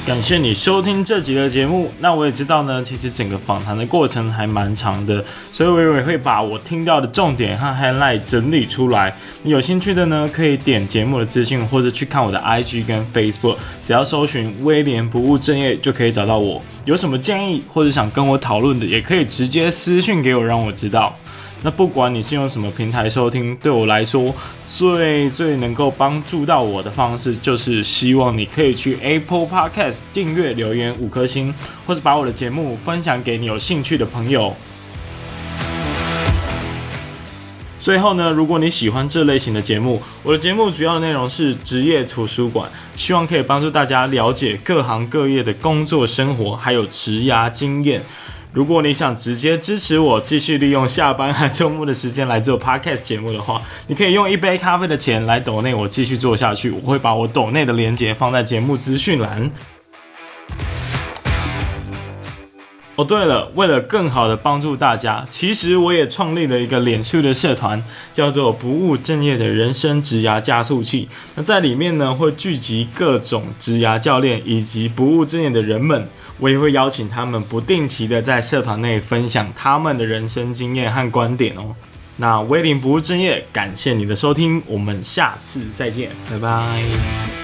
[SPEAKER 1] 感谢你收听这集的节目。那我也知道呢，其实整个访谈的过程还蛮长的，所以我也会把我听到的重点和 highlight 整理出来。你有兴趣的呢，可以点节目的资讯，或者去看我的 IG 跟 Facebook， 只要搜寻威廉不务正业就可以找到我。有什么建议或者想跟我讨论的，也可以直接私讯给我，让我知道。那不管你是用什么平台收听，对我来说最能够帮助到我的方式，就是希望你可以去 Apple Podcast 订阅、留言5颗星，或是把我的节目分享给你有兴趣的朋友。最后呢，如果你喜欢这类型的节目，我的节目主要内容是职业图书馆，希望可以帮助大家了解各行各业的工作生活，还有职涯经验。如果你想直接支持我继续利用下班和周末的时间来做 podcast 节目的话，你可以用一杯咖啡的钱来抖内我继续做下去，我会把我抖内的连结放在节目资讯栏。哦，对了，为了更好的帮助大家，其实我也创立了一个脸书的社团，叫做不务正业的人生职涯加速器。那在里面呢，会聚集各种职涯教练以及不务正业的人们，我也会邀请他们不定期的在社团内分享他们的人生经验和观点哦。那威廉不务正业，感谢你的收听，我们下次再见，拜拜。